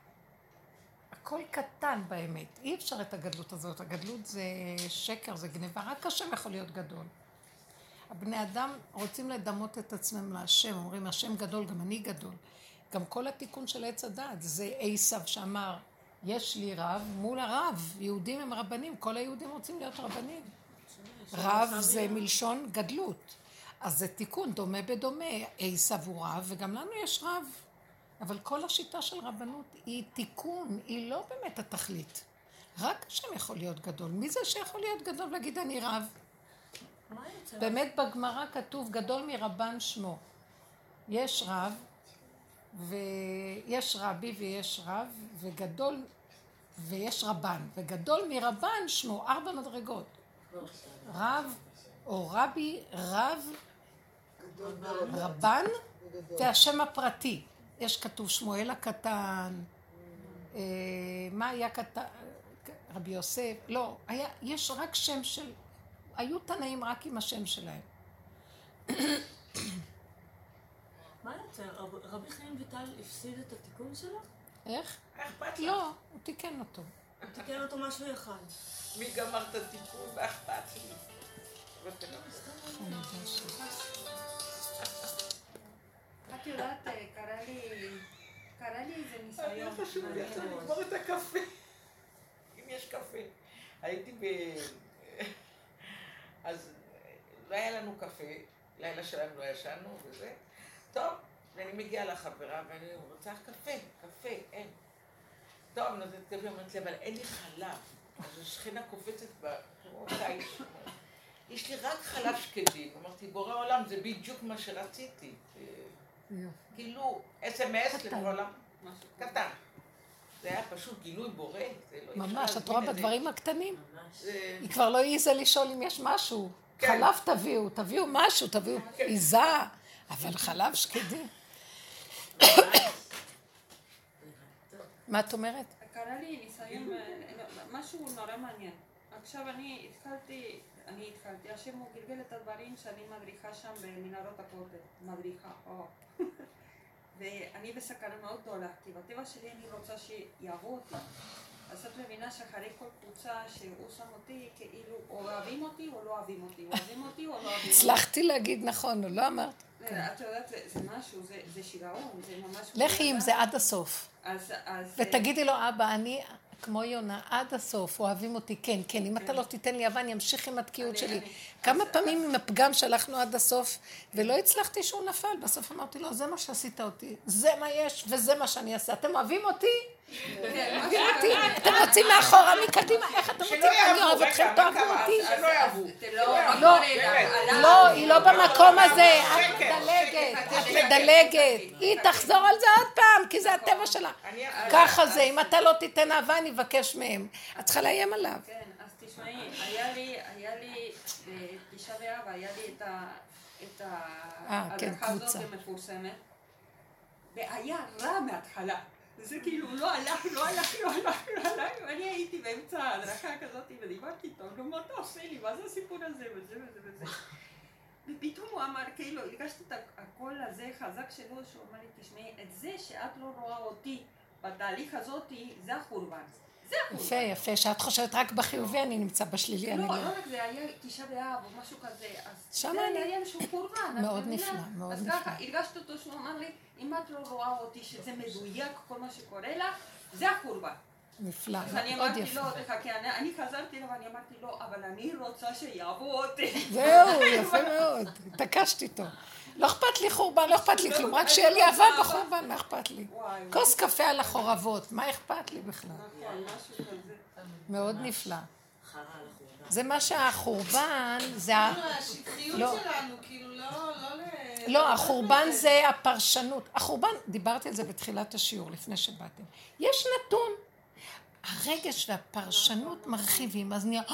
הכל קטן באמת, אי אפשר את הגדלות הזאת, הגדלות זה שקר, זה גניבה, רק השם יכול להיות גדול. הבני אדם רוצים לדמות את עצמם להשם, אומרים השם גדול, גם אני גדול. גם כל התיקון של עץ הדעת, זה עשיו שאמר, יש לי רב מול הרב, יהודים הם רבנים, כל היהודים רוצים להיות רבנים. רב זה מלשון גדלות, אז זה תיקון דומה בדומה, עשיו הוא רב וגם לנו יש רב. אבל כל השיטה של רבנות היא תיקון, היא לא באמת התכלית. רק השם יכול להיות גדול. מי זה שיכול להיות גדול ולהגיד אני רב? באמת בגמרא כתוב גדול מרבן שמו. יש רב, ויש רבי ויש רב, וגדול, ויש רבן. וגדול מרבן שמו, 4 מדרגות. רב או רבי, רב, רבן, זה השם הפרטי. יש כתוב שמואל הקטן, מה היה קטן, רבי יוסף, לא, יש רק שם של, היו תנאים רק עם השם שלהם. מה יוצא? רבי חיים ויטל הפסיד את התיקון שלו? איך? אכפת לא, הוא תיקן אותו. הוא תיקן אותו משהו אחד. מי גמר את הטיפול ואכפת לי. את יודעת, קרה לי איזה ניסיון. חשוב לי עכשיו לגמור את הקפה. אם יש קפה. הייתי אז לא היה לנו קפה, לילה שלנו לא ישנו וזה. טוב, ואני מגיעה לחברה ואני רוצה קפה, אין. טוב, נותנת קפה, אמרת לי, אבל אין לי חלב. אז השכנה קופצת באותה יש לי רק חלב שקדים. אמרתי, בורא עולם, זה בדיוק מה שרציתי. כאילו, SMS לבורא עולם, קטן. זה היה פשוט גילוי בורא. ממש, את רואה בדברים הקטנים? היא כבר לא העיזה לשאול אם יש משהו. חלב תביאו משהו, תביאו עיזה, אבל חלב שקדים. מה את אומרת? קרה לי ניסיון, משהו נורא מעניין. עכשיו אני התחלתי אני התחלתי, השם הוא גלגל את הדברים שאני מדריכה שם במנהרות הכותל, מדריכה, ואני בסכנה מאוד גדולה, כי בטבע שלי אני רוצה שיאהבו אותי. אז את מבינה שאחרי כל קבוצה שהוא שם אותי, כאילו, או אוהבים אותי או לא אוהבים אותי, אוהבים אותי או לא אוהבים אותי. הצלחתי להגיד נכון, או לא אמרת? את יודעת, זה משהו, זה שיגעון, זה ממש... לכי עם זה עד הסוף. ותגידי לו, אבא, אני כמו יונה, עד הסוף, אוהבים אותי, כן, כן, אם אתה לא תיתן לי אהבה, אני אמשיך עם התקיעות שלי. כמה פעמים עם הפגם שלחנו עד הסוף, ולא הצלחתי שהוא נפל, בסוף אמרתי לו, זה מה שעשית אותי, זה מה יש, וזה מה שאני אעשה. אתם אוהבים אותי? אוהבים אותי? אתם רוצים מאחורה, מקדימה, איך אתם רוצים? אני אוהב אתכם, תאהבו אותי. שלא יאהבו. לא, היא לא במקום הזה, את מדלגת, את מדלגת. היא תחזור על זה עוד פעם, כי זה הטבע שלה. ככה זה, אם אתה לא תיתן אהבה, אני אבקש מהם. את צריכה לאיים עליו. כן, אז תשמעי, היה לי, בתשעה באב, היה לי את ההדרכה הזאת המפורסמת, והיה רע מההתחלה. וזה כאילו לא הלך, ואני הייתי באמצע ההדרכה כזאת, ודיברתי איתו, נו, מה אתה עושה לי? מה זה הסיפור הזה? וזה. ופתאום הוא אמר, כאילו, הרגשתי את הקול הזה חזק שלו, שהוא אמר לי, תשמעי, את זה שאת לא רואה אותי בתהליך הזאת, זה החורבן. יפה, יפה, שאת חושבת רק בחיובי, אני נמצא בשלילי, אני לא. לא רק זה, היה תשעה באב או משהו כזה, אז שם זה היה איזשהו חורבן. מאוד נפלא, מאוד נפלא. אז ככה, הרגשת אותו שהוא אמר לי, אם את לא רואה אותי שזה מדויק כל מה שקורה לך, זה החורבן. נפלא, אז אני מאוד אמרתי יפה. לו, תחכה, אני חזרתי לו ואני אמרתי לו, אבל אני רוצה שיאהבו אותי. זהו, יפה מאוד, התעקשתי איתו. לא אכפת לי חורבן, לא אכפת לי כלום, רק שיהיה לי אהבה בחורבן, מה אכפת לי? כוס קפה על החורבות, מה אכפת לי בכלל? נכון, משהו כזה. מאוד נפלא. זה מה שהחורבן, זה השטחיות שלנו, כאילו לא, החורבן זה הפרשנות. החורבן, דיברתי על זה בתחילת השיעור, לפני שבאתם. יש נתון. הרגש והפרשנות מרחיבים, אז נהיה,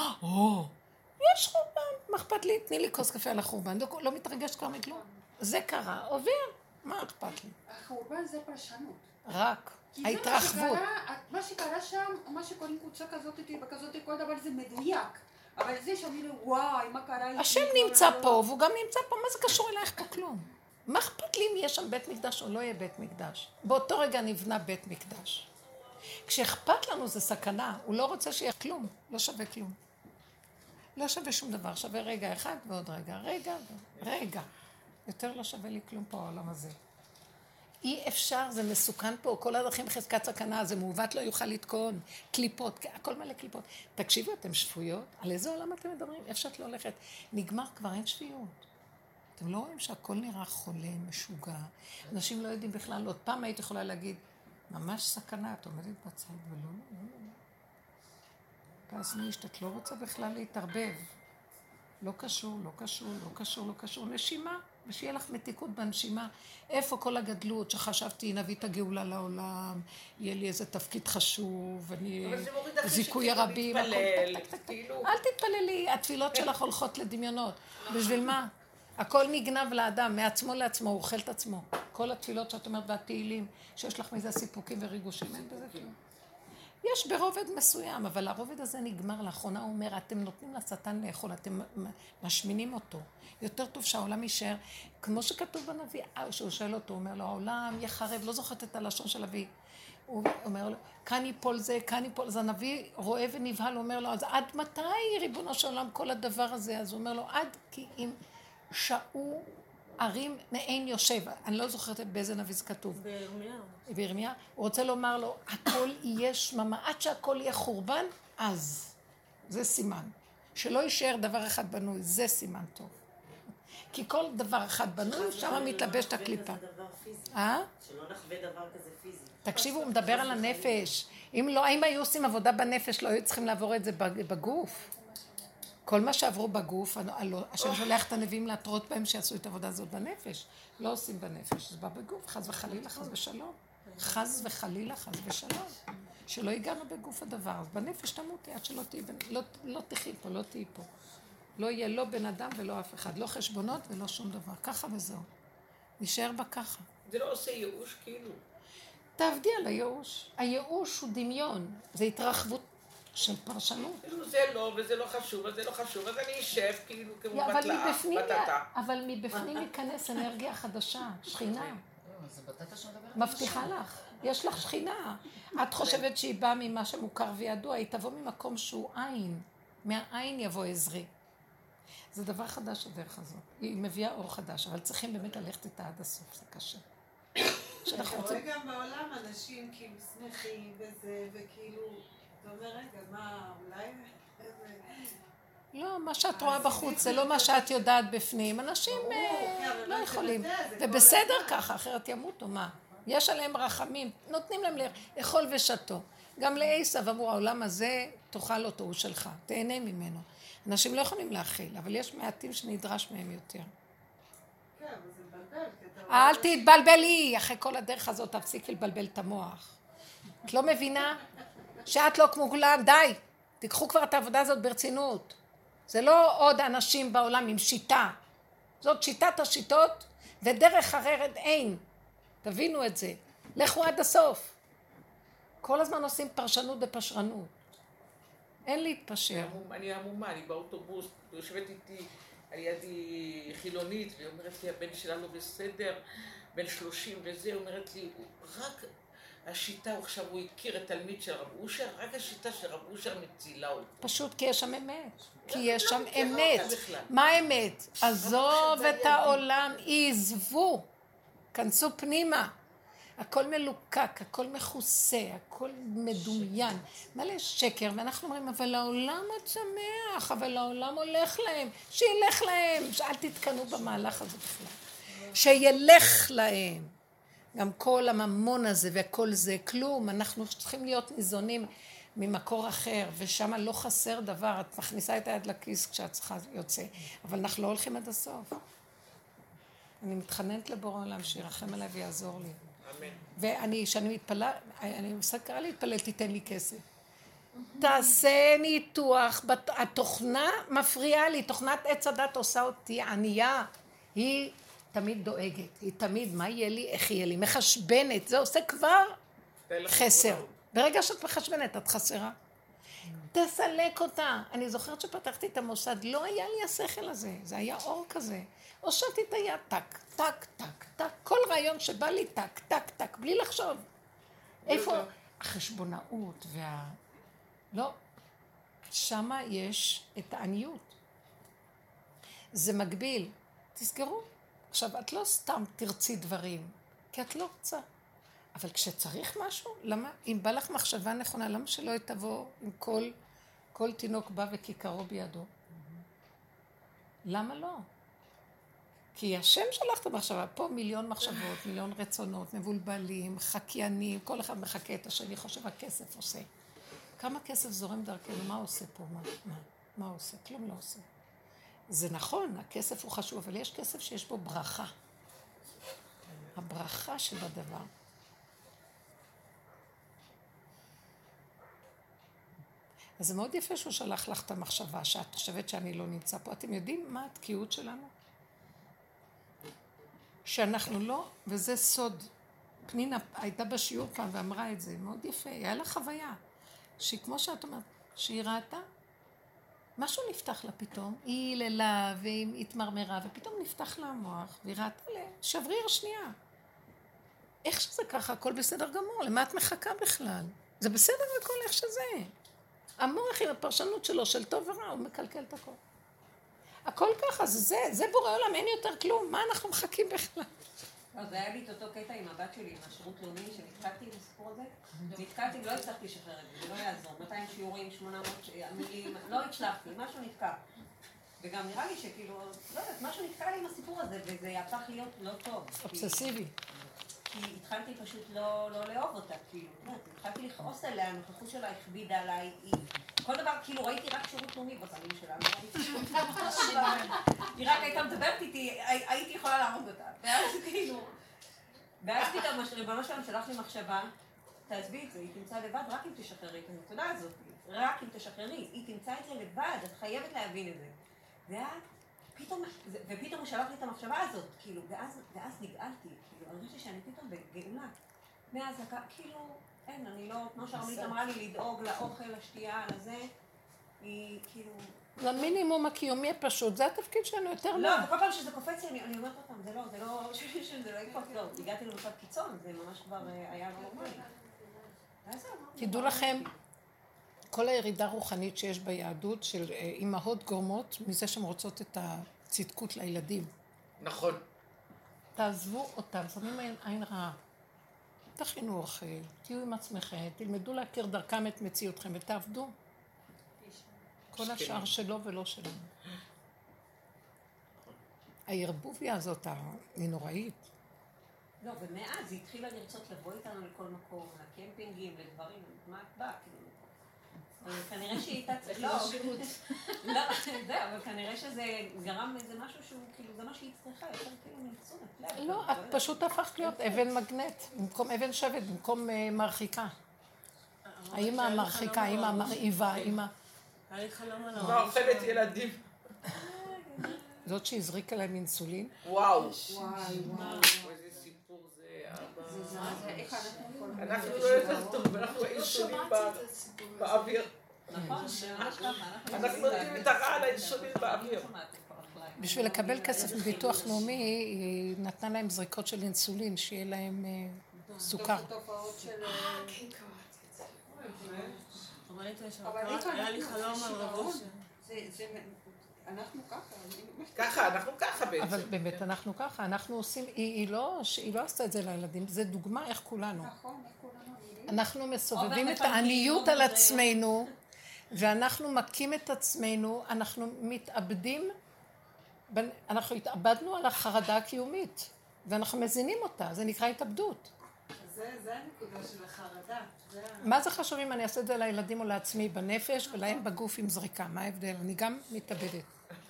יש חורבן, מה אכפת לי? תני לי כוס קפה על החורבן, לא מתרגש כבר מכלום. זה קרה, עובר, מה אכפת לי? החורבן זה פרשנות. רק, ההתרחבות. מה שקרה שם, מה שקוראים קבוצה כזאת וכזאת, כל דבר זה מדויק. אבל זה שאני לא, וואי, מה קרה? השם נמצא פה, והוא גם נמצא פה, מה זה קשור אלייך פה כלום? מה אכפת לי אם יש שם בית מקדש או לא יהיה בית מקדש? באותו רגע נבנה בית מקדש. כשאכפת לנו זה סכנה, הוא לא רוצה שיהיה כלום, לא שווה כלום. לא שווה שום דבר, שווה רגע אחד ועוד רגע. יותר לא שווה לי כלום פה העולם הזה. אי אפשר, זה מסוכן פה, כל הדרכים בחזקת סכנה, זה מעוות לא יוכל לתקון, קליפות, הכל מלא קליפות. תקשיבו, אתם שפויות? על איזה עולם אתם מדברים? איפה שאת לא הולכת? נגמר, כבר אין שפיות. אתם לא רואים שהכל נראה חולה, משוגע. אנשים לא יודעים בכלל, עוד פעם היית יכולה להגיד, ממש סכנה, את עומדת בצד, ולא. תעזמי שאת לא רוצה בכלל להתערבב. לא קשור. נשימה, ושיהיה לך מתיקות בנשימה. איפה כל הגדלות שחשבתי, נביא את הגאולה לעולם, יהיה לי איזה תפקיד חשוב, זיכוי הרבים. אל תתפללי, התפילות שלך הולכות לדמיונות. בשביל מה? הכל נגנב לאדם, מעצמו לעצמו, הוא אוכל את עצמו. כל התפילות שאת אומרת והתהילים, שיש לך מזה סיפוקים וריגושים, אין בזה כלום. יש ברובד מסוים, אבל הרובד הזה נגמר. לאחרונה הוא אומר, אתם נותנים לשטן לאכול, אתם משמינים אותו. יותר טוב שהעולם יישאר, כמו שכתוב בנביא, שהוא שואל אותו, הוא אומר לו, העולם יחרב, לא זוכרת את הלשון של אבי. הוא אומר לו, כאן ייפול זה, אז הנביא רואה ונבהל, הוא אומר לו, אז עד מתי ריבונו של עולם כל הדבר הזה? אז הוא אומר לו, עד כי אם שעו ערים מעין יושב, אני לא זוכרת באיזה נביא זה כתוב. בירמיה. הוא רוצה לומר לו, הכל יהיה שממה, עד שהכל יהיה חורבן, אז. זה סימן. שלא יישאר דבר אחד בנוי, זה סימן טוב. כי כל דבר אחד בנוי, שם מתלבש את הקליפה. שלא נחווה דבר כזה פיזי. תקשיבו, הוא מדבר על הנפש. אם היו עושים עבודה בנפש, לא היו צריכים לעבור את זה בגוף. כל מה שעברו בגוף, השם שולח את הנביאים להתרות בהם שיעשו את העבודה הזאת בנפש. לא עושים בנפש, זה בא בגוף, חס וחלילה, חס ושלום. חס וחלילה, חס ושלום. שלא הגענו בגוף הדבר, אז בנפש תמותי, עד שלא תהי, לא תחי פה, לא תהי פה. לא יהיה לא בן אדם ולא אף אחד, לא חשבונות ולא שום דבר, ככה וזהו. נשאר בה ככה. זה לא עושה ייאוש כאילו. תעבדי על הייאוש. הייאוש הוא דמיון, זה התרחבות של פרשנות. כאילו זה לא, וזה לא חשוב, וזה לא חשוב, אז אני אשב כאילו כמו בטטה. אבל מבפנים ייכנס אנרגיה חדשה, שכינה. זה בטטה שמדברת. מבטיחה לך, יש לך שכינה. את חושבת שהיא באה ממה שמוכר וידוע, היא תבוא ממקום שהוא עין. מהעין יבוא עזרי. זה דבר חדש הדרך הזאת. היא מביאה אור חדש, אבל צריכים באמת ללכת איתה עד הסוף, זה קשה. אתה רואה גם בעולם אנשים כאילו שמחים וזה, וכאילו, אתה אומר, רגע, מה, אולי... לא, מה שאת רואה בחוץ, זה לא מה שאת יודעת בפנים. אנשים לא יכולים. ובסדר ככה, אחרת ימותו, מה? יש עליהם רחמים, נותנים להם לאכול ושתו. גם לעשב אמרו, העולם הזה, תאכל אותו, הוא שלך, תהנה ממנו. אנשים לא יכולים להכיל, אבל יש מעטים שנדרש מהם יותר. כן, אבל זה מבלבל. אל תתבלבלי, אחרי כל הדרך הזאת תפסיקי לבלבל את המוח. את לא מבינה שאת לא כמו כולם, די, תיקחו כבר את העבודה הזאת ברצינות. זה לא עוד אנשים בעולם עם שיטה, זאת שיטת השיטות ודרך אחרת אין. תבינו את זה, לכו עד הסוף. כל הזמן עושים פרשנות בפשרנות. אין להתפשר. אני עמומה, אני באוטובוס, יושבת איתי על ידי חילונית, והיא אומרת לי, הבן שלה לא בסדר, בן 30 וזה, היא אומרת לי, רק השיטה, עכשיו הוא הכיר את תלמיד של רב אושר, רק השיטה של רב אושר מצילה אותו. פשוט כי יש שם אמת. כי יש שם אמת. מה האמת? עזוב את העולם, עזבו. כנסו פנימה. הכל מלוקק, הכל מכוסה, הכל מדומיין. מלא שקר, ואנחנו אומרים, אבל העולם עוד שמח, אבל העולם הולך להם. שילך להם. אל תתקנו במהלך הזה בכלל. שילך להם. גם כל הממון הזה וכל זה, כלום. אנחנו צריכים להיות ניזונים ממקור אחר, ושם לא חסר דבר. את מכניסה את היד לכיס כשאת צריכה יוצא. אבל אנחנו לא הולכים עד הסוף. אני מתחננת לבורא עולם שירחם עליי ויעזור לי. ואני, כשאני מתפלל, אני מסקרה להתפלל, תיתן לי כסף. תעשה ניתוח, התוכנה מפריעה לי, תוכנת עץ הדת עושה אותי ענייה. היא תמיד דואגת, היא תמיד, מה יהיה לי, איך יהיה לי, מחשבנת, זה עושה כבר חסר. ברגע שאת מחשבנת, את חסרה. תסלק אותה. אני זוכרת שפתחתי את המוסד, לא היה לי השכל הזה, זה היה אור כזה. הושעתי את היד, טק, טק, טק, טק, כל רעיון שבא לי, טק, טק, טק, בלי לחשוב. איפה החשבונאות לא, שמה יש את העניות. זה מגביל. תסגרו. עכשיו, את לא סתם תרצי דברים, כי את לא רוצה. אבל כשצריך משהו, למה? אם בא לך מחשבה נכונה, למה שלא תבוא עם כל תינוק בא וכיכרו בידו? למה לא? כי השם שלח את המחשבה, פה מיליון מחשבות, מיליון רצונות, מבולבלים, חקיינים, כל אחד מחכה את השני, חושב הכסף עושה. כמה כסף זורם דרכנו, מה עושה פה? מה עושה? כלום לא עושה. זה נכון, הכסף הוא חשוב, אבל יש כסף שיש בו ברכה. הברכה שבדבר. אז זה מאוד יפה שהוא שלח לך את המחשבה, שאת חושבת שאני לא נמצא פה. אתם יודעים מה התקיעות שלנו? שאנחנו לא, וזה סוד. פנינה הייתה בשיעור פעם ואמרה את זה, מאוד יפה, היה לה חוויה, שהיא כמו שאת אומרת, שהיא ראתה, משהו נפתח לה פתאום, היא היללה והיא התמרמרה, ופתאום נפתח לה המוח, והיא ראתה לה, שבריר שנייה. איך שזה ככה, הכל בסדר גמור, למה את מחכה בכלל? זה בסדר הכל איך שזה. המוח עם הפרשנות שלו, של טוב ורע, הוא מקלקל את הכל. הכל ככה, זה בורא עולם, אין יותר כלום, מה אנחנו מחכים בכלל? זה היה לי את אותו קטע עם הבת שלי, עם השירות לאומי, שנתקעתי בסיפור הזה. נתקעתי ולא הצלחתי לשחרר את זה, זה לא יעזור. 200 שיעורים, 800 מילים, לא הצלחתי, משהו נתקע. וגם נראה לי שכאילו, לא יודעת, משהו נתקע לי עם הסיפור הזה, וזה הפך להיות לא טוב. אובססיבי. כי התחלתי פשוט לא לאהוב אותה, כאילו, התחלתי לכעוס עליה, הנוכחות שלה הכבידה עליי, כל דבר, כאילו ראיתי רק שירות לאומי בחיים שלה, היא רק הייתה מדברת איתי, הייתי יכולה להרוג אותה, ואז כאילו, ואז פתאום ריבונו שלנו שלח לי מחשבה, תעזבי את זה, היא תמצא לבד רק אם תשחררי את הנקודה הזאת, רק אם תשחררי, היא תמצא את זה לבד, את חייבת להבין את זה. ופתאום הוא שלח לי את המחשבה הזאת, כאילו, ואז נגאלתי, כאילו, הרגשתי שאני פתאום בגאולה. מאז, כאילו, אין, אני לא, כמו שהרמנית אמרה לי, לדאוג לאוכל, לשתייה, לזה, היא כאילו... זה המינימום הקיומי הפשוט, זה התפקיד שלנו יותר לא, וכל פעם שזה קופץ לי, אני אומרת אותם, זה לא יקפוץ, לא, הגעתי למצב קיצון, זה ממש כבר היה לא נורמלי. תדעו לכם, כל הירידה רוחנית שיש ביהדות של אימהות גורמות מזה שהן רוצות את הצדקות לילדים. נכון. תעזבו אותם, שמים עין רעה. תכינו אוכל, תהיו עם עצמכם, תלמדו להכיר דרכם את מציאותכם ותעבדו. כל השאר שלו ולא שלנו. הערבוביה הזאת היא נוראית. לא, ומאז היא התחילה לרצות לבוא איתנו לכל מקום, לקמפינגים, לדברים, מה את באה? כנראה שהיא הייתה צריכה... לא, זה, אבל כנראה שזה גרם איזה משהו שהוא, כאילו, זה מה שהיא צריכה, יותר כאילו מלצונת. לא, את פשוט הפכת להיות אבן מגנט, במקום אבן שבט, במקום מרחיקה. האמא המרחיקה, האמא המרעיבה, האמא... היה לי חלום על מאכלת ילדים. זאת שהזריקה להם אינסולין. וואו. וואי. איזה סיפור זה. איך אנחנו לא יותר טוב, אנחנו אינסולין באוויר. נכון, אנחנו נותנים את הרע על האינסולין באוויר. בשביל לקבל כסף מביטוח לאומי, היא נתנה להם זריקות של אינסולין, שיהיה להם סוכר. תופעות של... היה לי חלום על רבוש. אנחנו ככה. ככה, אנחנו ככה בעצם. אבל באמת אנחנו ככה, אנחנו עושים, היא לא עשתה את זה לילדים, זה דוגמה איך כולנו. נכון, איך כולנו נראים. אנחנו מסובבים את העניות על עצמנו, ואנחנו מכים את עצמנו, אנחנו מתאבדים, אנחנו התאבדנו על החרדה הקיומית, ואנחנו מזינים אותה, זה נקרא התאבדות. זה הנקודה של החרדה. מה זה חשוב אם אני אעשה את זה לילדים או לעצמי בנפש, ולהם בגוף עם זריקה? מה ההבדל? אני גם מתאבדת.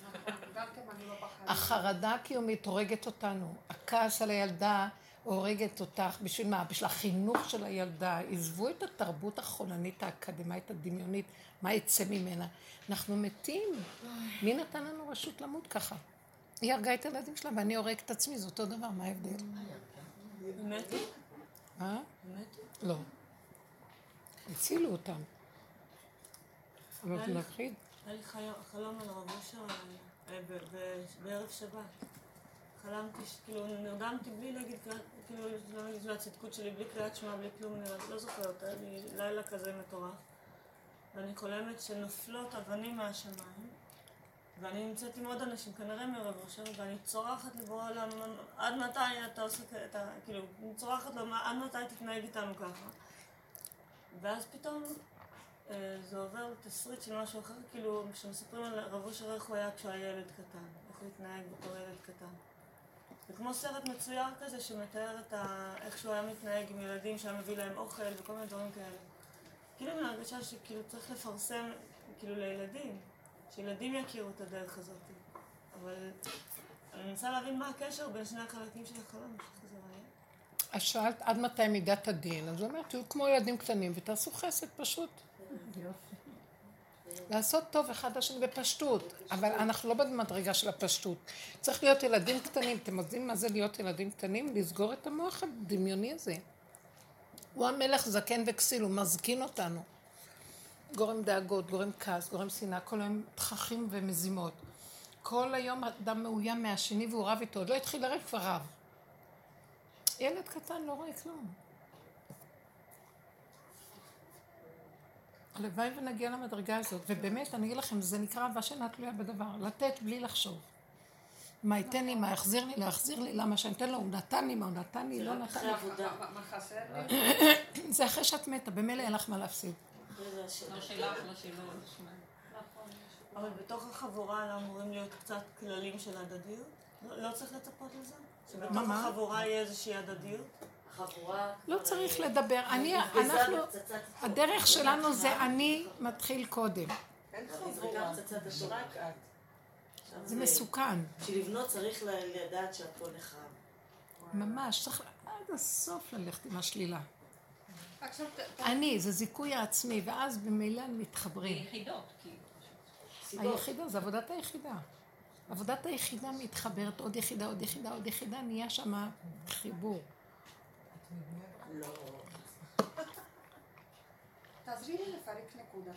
החרדה הקיומית הורגת אותנו, הכעס על הילדה הורגת אותך, בשביל מה? בשביל החינוך של הילדה, עזבו את התרבות החולנית האקדמית הדמיונית, מה יצא ממנה? אנחנו מתים, מי נתן לנו רשות למות ככה? היא הרגה את הילדים שלה ואני הורג את עצמי, זה אותו דבר, מה ההבדל? באמת? מה? לא. הצילו אותם. אבל זה מפחיד. היה לי חלום על הרב אושר בערב שבת. חלמתי, כאילו נרדמתי בלי להגיד, כאילו לא להגיד הצדקות שלי, בלי קריאת שמע, בלי כלום, לא זוכרת, היה לי לילה כזה מטורף. ואני חולמת שנופלות אבנים מהשמיים, ואני נמצאת עם עוד אנשים, כנראה מערב אושר, ואני צורחת לבורא עולם, עד מתי אתה עושה, כאילו, אני צורחת לו, עד מתי תתנהג איתנו ככה. ואז פתאום זה עובר תסריט של משהו אחר, כאילו, כשמספרים על רב אושר איך הוא היה כשהוא היה ילד קטן, איך הוא התנהג בתור ילד קטן. זה כמו סרט מצויר כזה שמתאר איך שהוא היה מתנהג עם ילדים שהיה מביא להם אוכל וכל מיני דברים כאלה. כאילו אני הרגשה שכאילו צריך לפרסם כאילו לילדים, שילדים יכירו את הדרך הזאת. אבל אני מנסה להבין מה הקשר בין שני החלקים של החלום, שזה רעיון. אז שאלת עד מתי מידת הדין, אז אומרת, תהיו כמו ילדים קטנים ותעשו חסד פשוט. לעשות טוב אחד לשני בפשטות, אבל אנחנו לא במדרגה של הפשטות. צריך להיות ילדים קטנים, אתם יודעים מה זה להיות ילדים קטנים? לסגור את המוח הדמיוני הזה. הוא המלך זקן וכסיל, הוא מזקין אותנו. גורם דאגות, גורם כעס, גורם שנאה, כל היום תככים ומזימות. כל היום אדם מאוים מהשני והוא רב איתו, עוד לא התחיל לרב כבר רב. ילד קטן לא רואה כלום. הלוואי ונגיע למדרגה הזאת, ובאמת אני אגיד לכם, זה נקרא אהבה שאינה תלויה בדבר, לתת בלי לחשוב. מה ייתן לי, מה יחזיר לי, להחזיר לי, למה שאני אתן לו, הוא נתן לי, מה הוא נתן לי, לא נתן לי. מה חסר לי? זה אחרי שאת מתה, במילא אין לך מה להפסיד. לא שלך, לא שלו, אבל בתוך החבורה לא אמורים להיות קצת כללים של הדדיות? לא צריך לצפות לזה? שבתוך החבורה יהיה איזושהי הדדיות? לא צריך לדבר, הדרך שלנו זה אני מתחיל קודם. זה מסוכן. בשביל לבנות צריך לדעת שהכל נחרב. ממש, צריך עד הסוף ללכת עם השלילה. זה זיכוי העצמי, ואז במילא מתחברים. היחידות, היחידה, זה עבודת היחידה. עבודת היחידה מתחברת, עוד יחידה, עוד יחידה, עוד יחידה, נהיה שם חיבור. תעזרי לי לפרק נקודה.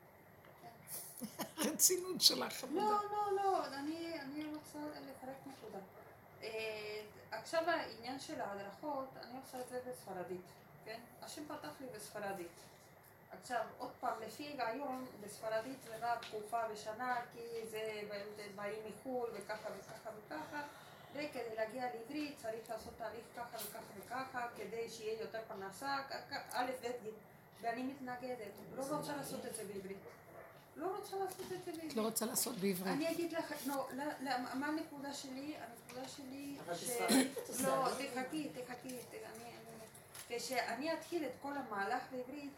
רצינות שלך. לא, אני רוצה לפרק נקודה. עכשיו העניין של ההדרכות, אני עושה את זה בספרדית, כן? השם פתח לי בספרדית. עכשיו, עוד פעם, לפי היום, בספרדית זה רק תקופה בשנה, כי זה באים מחו"ל וככה וככה וככה, וכדי להגיע לעברית צריך לעשות תהליך ככה וככה וככה, כדי שיהיה יותר פרנסה, א' ב' ג', ואני מתנגדת, לא רוצה לעשות את זה בעברית. לא רוצה לעשות את זה בעברית. לא רוצה לעשות בעברית. אני אגיד לך, מה הנקודה שלי? הנקודה שלי אבל בספרדית את עושה. לא, תחכי. כשאני אתחיל את כל המהלך בעברית,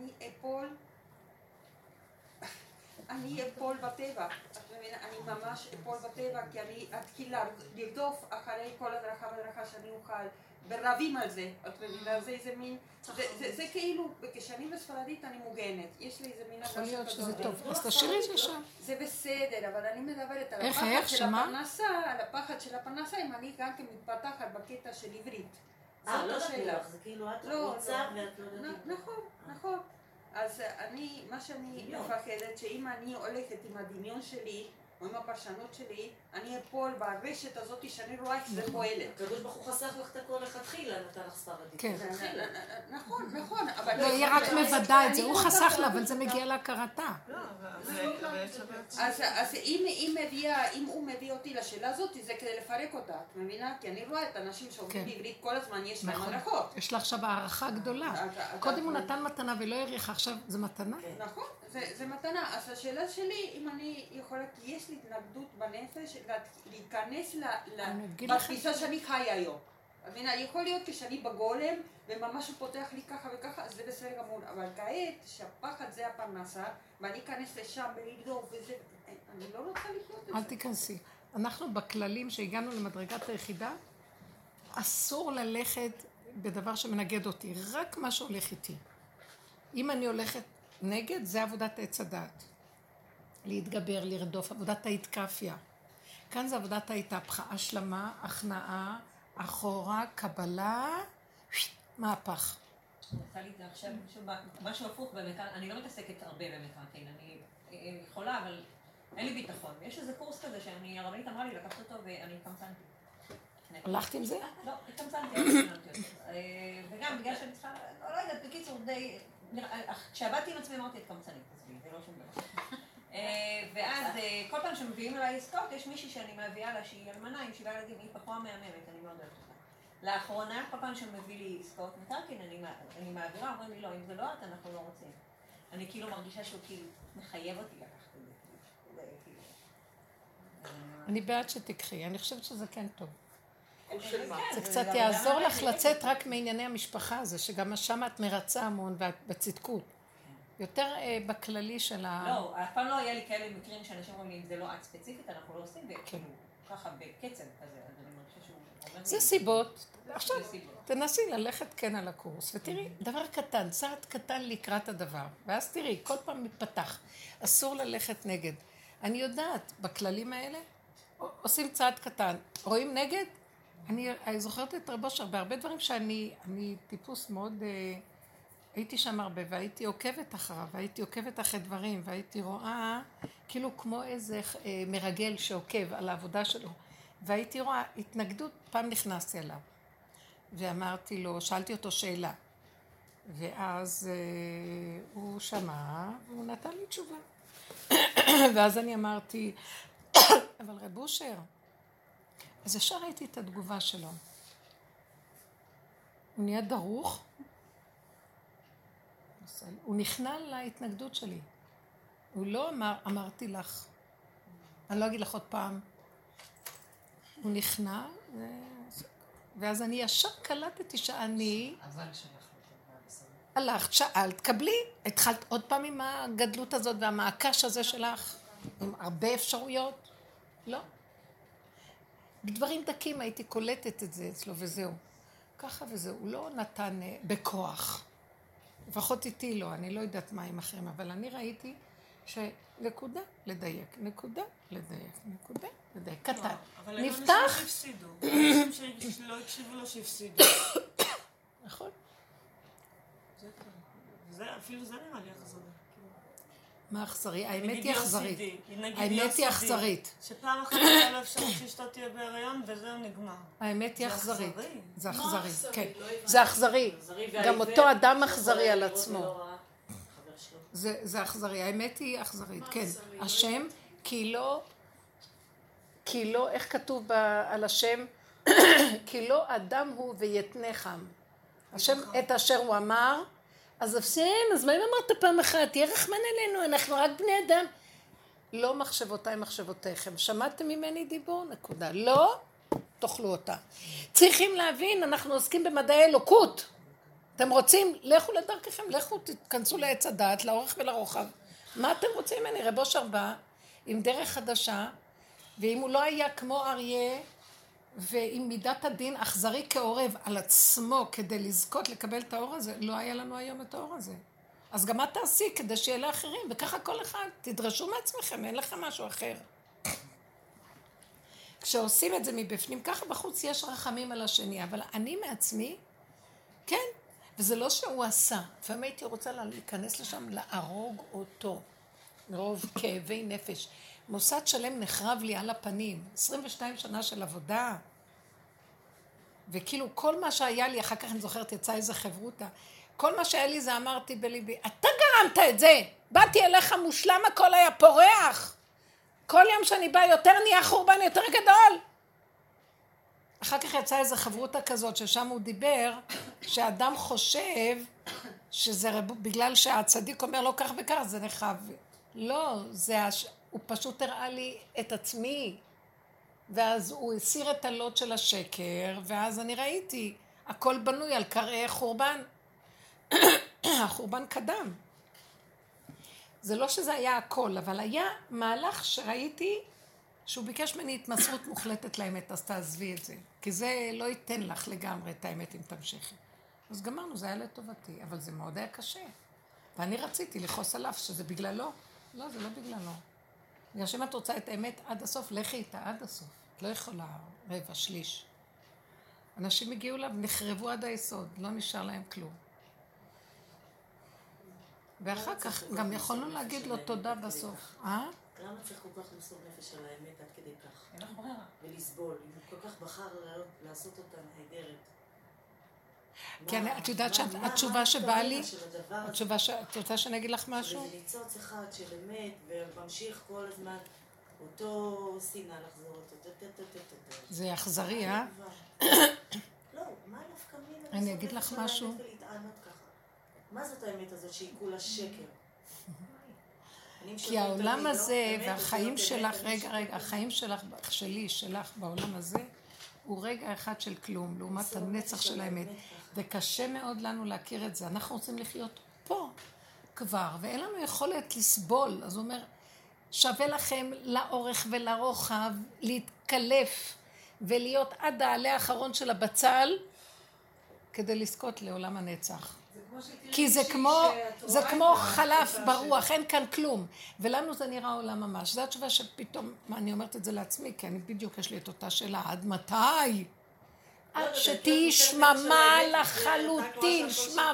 אני אפול בטבע. את מבינה? אני ממש אפול בטבע, כי אני אתחיל לרדוף אחרי כל הדרכה ודרכה שאני אוכל, ורבים על זה. את מבינה? זה איזה מין... זה כאילו, כשאני בספרדית אני מוגנת. יש לי איזה מין... יכול להיות שזה טוב. אז תשאירי את זה שם. זה בסדר, אבל אני מדברת על איך, הפחד של שמה? הפרנסה, על הפחד של הפרנסה, אם אני גם מתפתחת בקטע של עברית. לא בטוח, זה כאילו את רוצה ואת לא יודעת. נכון. אז מה שאני מפחדת, שאם אני הולכת עם הדמיון שלי, או עם הפרשנות שלי, אני אפול ברשת הזאת שאני רואה איך זה פועלת. הקדוש ברוך הוא חסך לך את הכל לכתחילה, נתן לך ספרדית. כן. נכון, אבל... לא, היא רק מוודא את זה, הוא חסך לה, אבל זה מגיע להכרתה. אז אם הוא מביא אותי לשאלה הזאת, זה כדי לפרק אותה, את מבינה? כי אני רואה את האנשים שעובדים בעברית כל הזמן, יש להם הנחות. יש לה עכשיו הערכה גדולה. קודם הוא נתן מתנה ולא העריך, עכשיו זה מתנה? נכון, זה מתנה. אז השאלה שלי, אם אני יכולה, כי יש לי התנגדות בנפש, להיכנס בתפיסה שאני חיה היום. יכול להיות כשאני בגולם, וממש הוא פותח לי ככה וככה, אז זה בסדר גמור. אבל כעת, שהפחד זה הפרנסה, ואני אכנס לשם ולגדול וזה, אני לא רוצה לחיות את זה. אל תיכנסי. אנחנו בכללים שהגענו למדרגת היחידה, אסור ללכת בדבר שמנגד אותי, רק מה שהולך איתי. אם אני הולכת נגד, זה עבודת עץ הדעת. להתגבר, לרדוף, עבודת ההתקפיה. כאן זה עבודת ההתהפכה, השלמה, הכנעה, אחורה, קבלה, מהפך. אני רוצה לי עכשיו משהו הפוך במקרקעין, אני לא מתעסקת הרבה במקרקעין, אני יכולה, אבל אין לי ביטחון. יש איזה קורס כזה הרבנית אמרה לי לקחת אותו ואני התקמצנתי. הלכת עם זה? לא, התקמצנתי, אני התקמצנתי אותו. וגם בגלל שאני צריכה, לא יודעת, בקיצור די... כשעבדתי עם עצמי אמרתי התקמצנית, זה לא שום דבר. ואז כל פעם שמביאים אליי עסקאות, יש מישהי שאני מביאה לה שהיא אלמנה עם 7 ילדים, היא בחורה מהממת, אני מאוד אוהבת אותה. לאחרונה, כל פעם שמביא לי עסקאות מקרקעין, אני מעבירה, אומרים לי לא, אם זה לא את, אנחנו לא רוצים. אני כאילו מרגישה שהוא כאילו מחייב אותי לקחת את זה. אני בעד שתקחי, אני חושבת שזה כן טוב. זה קצת יעזור לך לצאת רק מענייני המשפחה הזה, שגם שם את מרצה המון ואת בצדקות. יותר בכללי של ה... לא, אף פעם לא היה לי כאלה מקרים שאנשים אומרים לי, אם זה לא את ספציפית, אנחנו לא עושים, וכאילו, ככה בקצב כזה, אז אני מרגישה שהוא... זה סיבות. עכשיו, תנסי ללכת כן על הקורס, ותראי, דבר קטן, צעד קטן לקראת הדבר, ואז תראי, כל פעם מתפתח. אסור ללכת נגד. אני יודעת, בכללים האלה, עושים צעד קטן. רואים נגד? אני זוכרת את רב אושר, בהרבה דברים שאני טיפוס מאוד... הייתי שם הרבה, והייתי עוקבת אחריו, והייתי עוקבת אחרי דברים, והייתי רואה כאילו כמו איזה מרגל שעוקב על העבודה שלו. והייתי רואה התנגדות, פעם נכנסתי אליו. ואמרתי לו, שאלתי אותו שאלה. ואז הוא שמע, והוא נתן לי תשובה. ואז אני אמרתי, אבל רב אושר, אז ישר ראיתי את התגובה שלו. הוא נהיה דרוך, הוא נכנע להתנגדות שלי. הוא לא אמרתי לך, אני לא אגיד לך עוד פעם. הוא נכנע, ואז אני ישר קלטתי שאני... אבל שלך לא בסדר. הלכת, שאלת, קבלי. התחלת עוד פעם עם הגדלות הזאת והמעקש הזה שלך, עם הרבה אפשרויות. לא. בדברים דקים הייתי קולטת את זה אצלו וזהו. ככה וזהו. הוא לא נתן בכוח. לפחות איתי לא, אני לא יודעת מה עם אחרים, אבל אני ראיתי שנקודה לדייק, נקודה לדייק, נקודה לדייק, קטן. אבל נפתח. אבל אנשים שהפסידו, אנשים שלא הקשיבו לו שהפסידו. נכון. אפילו זה נראה לי אכזרי. מה אכזרי? האמת היא אכזרית. נגיד האמת היא אכזרית. שפעם אחת היה לו אפשרות שאשתו תהיה בהיריון וזהו נגמר. האמת היא אכזרית. זה אכזרי, כן. לא הבנתי. זה אכזרי. גם אותו אדם אכזרי על עצמו. זה אכזרי. האמת היא אכזרית, כן. השם, כי לא, איך כתוב על השם? כי לא אדם הוא ויתנחם. השם את אשר הוא אמר, אז אז מה אם אמרת פעם אחת? תהיה רחמן אלינו, אנחנו רק בני אדם. לא מחשבותיי מחשבותיכם. שמעתם ממני דיבור? נקודה. לא, תאכלו אותה. צריכים להבין, אנחנו עוסקים במדעי אלוקות. אתם רוצים? לכו לדרככם, לכו, תתכנסו לעץ הדעת, לאורך ולרוחב. מה אתם רוצים ממני? רב אושר בא עם דרך חדשה, ואם הוא לא היה כמו אריה, ועם מידת הדין אכזרי כעורב על עצמו כדי לזכות לקבל את האור הזה, לא היה לנו היום את האור הזה. אז גם את תעשי כדי שיהיה לאחרים, וככה כל אחד, תדרשו מעצמכם, אין לכם משהו אחר. כשעושים את זה מבפנים, ככה בחוץ יש רחמים על השני, אבל אני מעצמי, כן, וזה לא שהוא עשה. לפעמים הייתי רוצה להיכנס לשם, להרוג אותו, מרוב כאבי נפש. מוסד שלם נחרב לי על הפנים, 22 שנה של עבודה, וכאילו כל מה שהיה לי, אחר כך אני זוכרת, יצא איזה חברותה, כל מה שהיה לי זה אמרתי בליבי, אתה גרמת את זה, באתי אליך מושלם, הכל היה פורח, כל יום שאני באה יותר נהיה חורבן יותר גדול. אחר כך יצא איזה חברותה כזאת, ששם הוא דיבר, שאדם חושב, שזה בגלל שהצדיק אומר לא כך וכך, זה נחרב. לא, הוא פשוט הראה לי את עצמי, ואז הוא הסיר את הלוט של השקר, ואז אני ראיתי, הכל בנוי על קרעי חורבן. החורבן קדם. זה לא שזה היה הכל, אבל היה מהלך שראיתי, שהוא ביקש ממני התמסרות מוחלטת לאמת, אז תעזבי את זה. כי זה לא ייתן לך לגמרי את האמת אם תמשיכי. אז גמרנו, זה היה לטובתי, אבל זה מאוד היה קשה. ואני רציתי לכעוס עליו שזה בגללו. לא, זה לא בגללו. בגלל שאם את רוצה את האמת עד הסוף, לכי איתה עד הסוף. את לא יכולה רבע, שליש. אנשים הגיעו לה ונחרבו עד היסוד, לא נשאר להם כלום. ואחר כך גם יכולנו להגיד לו תודה בסוף. למה צריך כל כך למסור נפש על האמת עד כדי כך? ולסבול, אם הוא כל כך בחר לעשות אותה נהדרת. כן, את יודעת שהתשובה שבאה לי, התשובה את רוצה שאני אגיד לך משהו? זה ניצוץ אחד שבאמת, וממשיך כל הזמן אותו שנאה לחזור אותו. זה אכזרי, אה? לא, מה נפקא מינה? אני אגיד לך משהו? מה זאת האמת הזאת שהיא כולה שקר? כי העולם הזה והחיים שלך, רגע, החיים שלך, שלך בעולם הזה, הוא רגע אחד של כלום, לעומת הנצח של האמת. וקשה מאוד לנו להכיר את זה. אנחנו רוצים לחיות פה כבר, ואין לנו יכולת לסבול. אז הוא אומר, שווה לכם לאורך ולרוחב, להתקלף ולהיות עד העלה האחרון של הבצל, כדי לזכות לעולם הנצח. כי זה כמו חלף ברוח, אין כאן כלום. ולנו זה נראה עולם ממש. זו התשובה שפתאום, אני אומרת את זה לעצמי, כי אני בדיוק יש לי את אותה שאלה, עד מתי? עד שתהי שממה לחלוטין,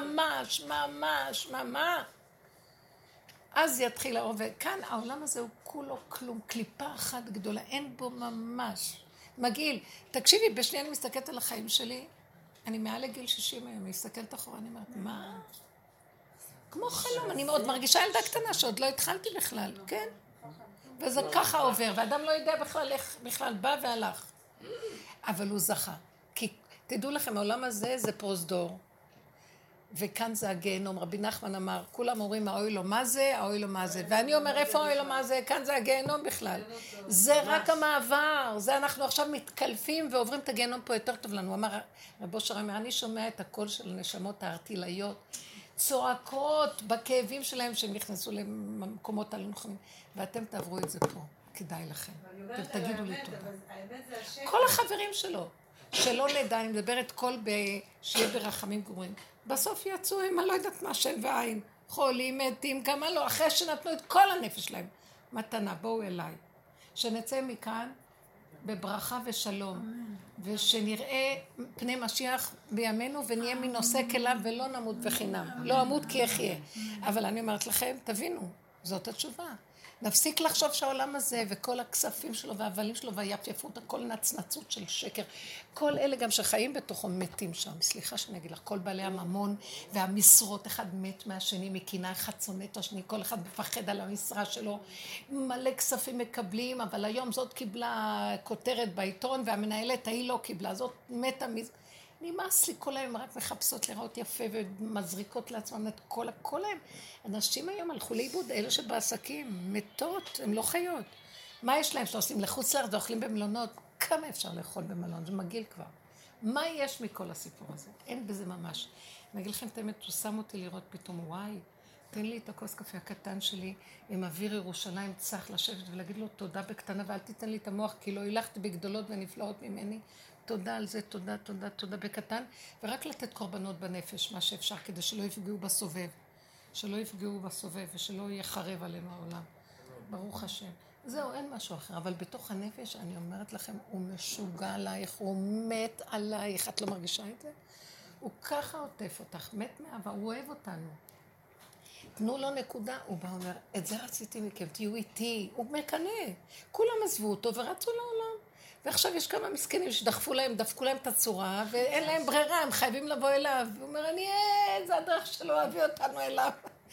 שממה. אז יתחיל האור, וכאן העולם הזה הוא כולו כלום, קליפה אחת גדולה, אין בו ממש. מגעיל, תקשיבי, בשנייה אני מסתכלת על החיים שלי, אני מעל לגיל 60 היום, אני מסתכלת אחורה, אני אומרת, מה? כמו חלום, אני מאוד מרגישה ילדה קטנה שעוד לא התחלתי בכלל, כן? וזה ככה עובר, ואדם לא יודע בכלל איך בכלל בא והלך. אבל הוא זכה. כי תדעו לכם, העולם הזה זה פרוזדור. וכאן זה הגיהנום. רבי נחמן אמר, כולם אומרים, האוי לו מה זה, האוי לו מה זה. ואני אומר, איפה האוי לו מה זה? כאן זה הגיהנום בכלל. זה רק המעבר. זה אנחנו עכשיו מתקלפים ועוברים את הגיהנום פה יותר טוב לנו. הוא אמר, רבו שרמי, אני שומע את הקול של הנשמות הארטילאיות, צועקות בכאבים שלהם שהם נכנסו למקומות הלא נכונים. ואתם תעברו את זה פה. כדאי לכם. ותגידו לי תודה. כל החברים שלו. שלא נדע, אני מדברת כל שיהיה ברחמים גמורים. בסוף יצאו הם, אני לא יודעת מה, שם ועין, חולים, מתים, כמה לא, אחרי שנתנו את כל הנפש שלהם. מתנה, בואו אליי. שנצא מכאן בברכה ושלום, ושנראה פני משיח בימינו ונהיה מנושא כליו ולא נמות בחינם. לא אמות כי אחיה. אבל אני אומרת לכם, תבינו, זאת התשובה. נפסיק לחשוב שהעולם הזה וכל הכספים שלו והבלים שלו והיפייפות, הכל נצנצות של שקר. כל אלה גם שחיים בתוכו מתים שם. סליחה שאני אגיד לך, כל בעלי הממון והמשרות, אחד מת מהשני, מקינה אחד שונא את השני, כל אחד מפחד על המשרה שלו. מלא כספים מקבלים, אבל היום זאת קיבלה כותרת בעיתון והמנהלת ההיא לא קיבלה, זאת מתה מזה. נמאס לי, כל היום רק מחפשות לראות יפה ומזריקות לעצמם את כל להם. אנשים היום הלכו לאיבוד, אלה שבעסקים, מתות, הם לא חיות. מה יש להם שעושים לחוץ לארץ ואוכלים במלונות? כמה אפשר לאכול במלון? זה מגעיל כבר. מה יש מכל הסיפור הזה? אין בזה ממש. אני אגיד לכם את האמת, הוא שם אותי לראות פתאום, וואי, תן לי את הכוס קפה הקטן שלי עם אוויר ירושלים, צריך לשבת ולהגיד לו תודה בקטנה, ואל תיתן לי את המוח, כי לא הילכתי בגדולות ונפלאות ממני. תודה על זה, תודה, תודה, תודה בקטן, ורק לתת קורבנות בנפש, מה שאפשר, כדי שלא יפגעו בסובב, שלא יפגעו בסובב, ושלא יחרב עלינו העולם. ברוך השם. זהו, אין משהו אחר, אבל בתוך הנפש, אני אומרת לכם, הוא משוגע עלייך, הוא מת עלייך, את לא מרגישה את זה? הוא ככה עוטף אותך, מת מאהבה, הוא אוהב אותנו. תנו לו נקודה, הוא בא אומר, את זה רציתי מכם, תהיו איתי, הוא מקנה. כולם עזבו אותו ורצו לעולם. ועכשיו יש כמה מסכנים שדחפו להם, דפקו להם את הצורה, ואין להם ברירה, הם חייבים לבוא אליו. הוא אומר, זה הדרך שלו, הביא אותנו אליו.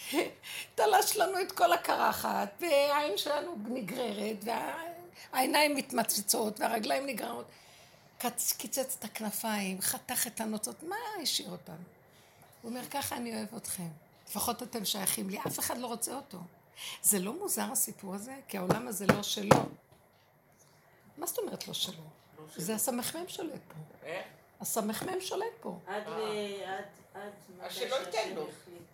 תלש לנו את כל הקרחת, והעין שלנו נגררת, והעיניים מתמצצות, והרגליים נגררות. קיצץ את הכנפיים, חתך את הנוצות, מה השאיר אותנו? הוא אומר, ככה אני אוהב אתכם. לפחות אתם שייכים לי, אף אחד לא רוצה אותו. זה לא מוזר הסיפור הזה? כי העולם הזה לא שלו. מה זאת אומרת לא שלו? זה הסמ"ם שולט פה. הסמ"ם שולט פה. עד שלא ייתן לו.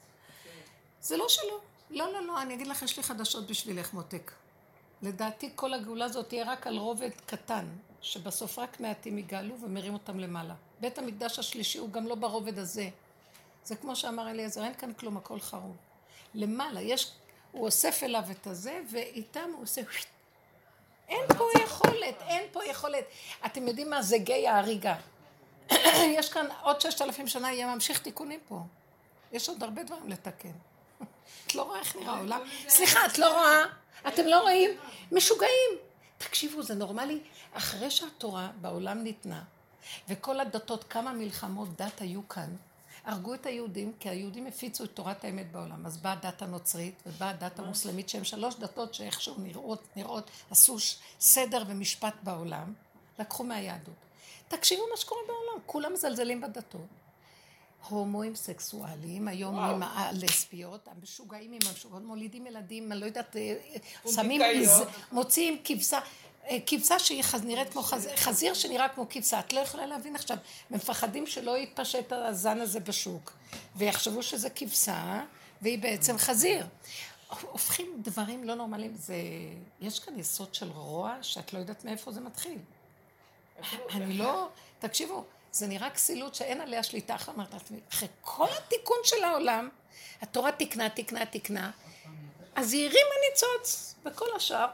זה לא שלו. לא, אני אגיד לך, יש לי חדשות בשבילך מותק. לדעתי כל הגאולה הזאת תהיה רק על רובד קטן, שבסוף רק מעטים יגאלו ומרים אותם למעלה. בית המקדש השלישי הוא גם לא ברובד הזה. זה כמו שאמר אליעזר, אין כאן כלום, הכל חרוב. למעלה, הוא אוסף אליו את הזה, ואיתם הוא עושה... אין פה יכולת. אתם יודעים מה זה גיא ההריגה? יש כאן עוד 6,000 שנה יהיה ממשיך תיקונים פה. יש עוד הרבה דברים לתקן. את לא רואה איך נראה העולם? סליחה, את לא רואה? אתם לא רואים? משוגעים. תקשיבו, זה נורמלי. אחרי שהתורה בעולם ניתנה, וכל הדתות, כמה מלחמות דת היו כאן, הרגו את היהודים, כי היהודים הפיצו את תורת האמת בעולם. אז באה הדת הנוצרית ובאה הדת המוסלמית, שהן 3 דתות שאיכשהו נראות, עשו סדר ומשפט בעולם, לקחו מהיהדות. תקשיבו מה שקורה בעולם, כולם מזלזלים בדתות. הומואים סקסואליים, היום עם הלסביות, המשוגעים עם המשוגעות, מולידים ילדים, אני לא יודעת, שמים, מוציאים כבשה שהיא נראית כמו חזיר שנראה כמו כבשה, את לא יכולה להבין עכשיו, מפחדים שלא יתפשט הזן הזה בשוק, ויחשבו שזה כבשה, והיא בעצם חזיר. הופכים דברים לא נורמליים, יש כאן יסוד של רוע, שאת לא יודעת מאיפה זה מתחיל. אני לא, תקשיבו, זה נראה כסילות שאין עליה שליטה, אחרי כל התיקון של העולם, התורה תקנה, אז היא הרימה ניצוץ, וכל השאר,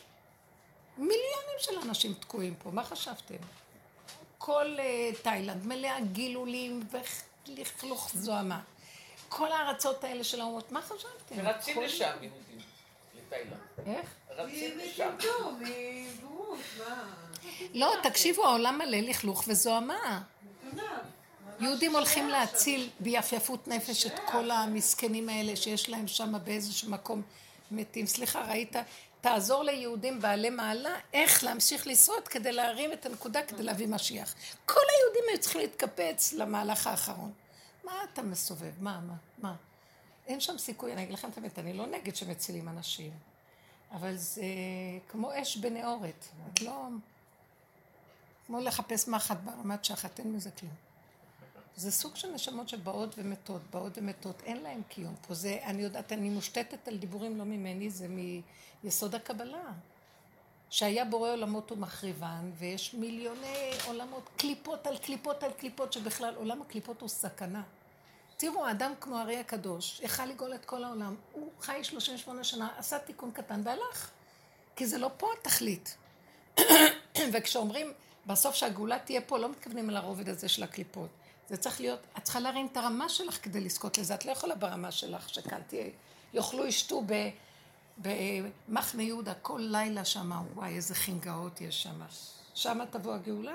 מיליונים של אנשים תקועים פה, מה חשבתם? כל תאילנד מלאה גילולים ולכלוך זוהמה. כל הארצות האלה של האומות, מה חשבתם? ורצים לשם יהודים, לתאילנד. איך? רצים לשם. לא, תקשיבו, העולם מלא לכלוך וזוהמה. יהודים הולכים להציל ביפייפות נפש את כל המסכנים האלה שיש להם שם באיזשהו מקום מתים. סליחה, ראית? תעזור ליהודים בעלי מעלה איך להמשיך לשרוד כדי להרים את הנקודה, כדי להביא משיח. כל היהודים היו צריכים להתקפץ למהלך האחרון. מה אתה מסובב? מה? אין שם סיכוי, אני אגיד לכם את האמת, אני לא נגד שמצילים אנשים, אבל זה כמו אש בנאורת, את לא... כמו לחפש מחט ברמת שחת, אין מזה כלום. זה סוג של נשמות שבאות ומתות, אין להם קיום פה. זה, אני יודעת, אני מושתתת על דיבורים לא ממני, זה מיסוד הקבלה. שהיה בורא עולמות ומחריבן, ויש מיליוני עולמות, קליפות על קליפות על קליפות, שבכלל עולם הקליפות הוא סכנה. תראו, האדם כמו הרי הקדוש, יכל לגאול את כל העולם, הוא חי 38 שנה, עשה תיקון קטן והלך, כי זה לא פה התכלית. וכשאומרים, בסוף שהגאולה תהיה פה, לא מתכוונים על הרובד הזה של הקליפות. זה צריך להיות, את צריכה להרים את הרמה שלך כדי לזכות לזה. את לא יכולה ברמה שלך שכאן תהיה, יאכלו, ישתו במחנה יהודה, כל לילה שם, וואי, איזה חינגאות יש שם. שם תבוא הגאולה?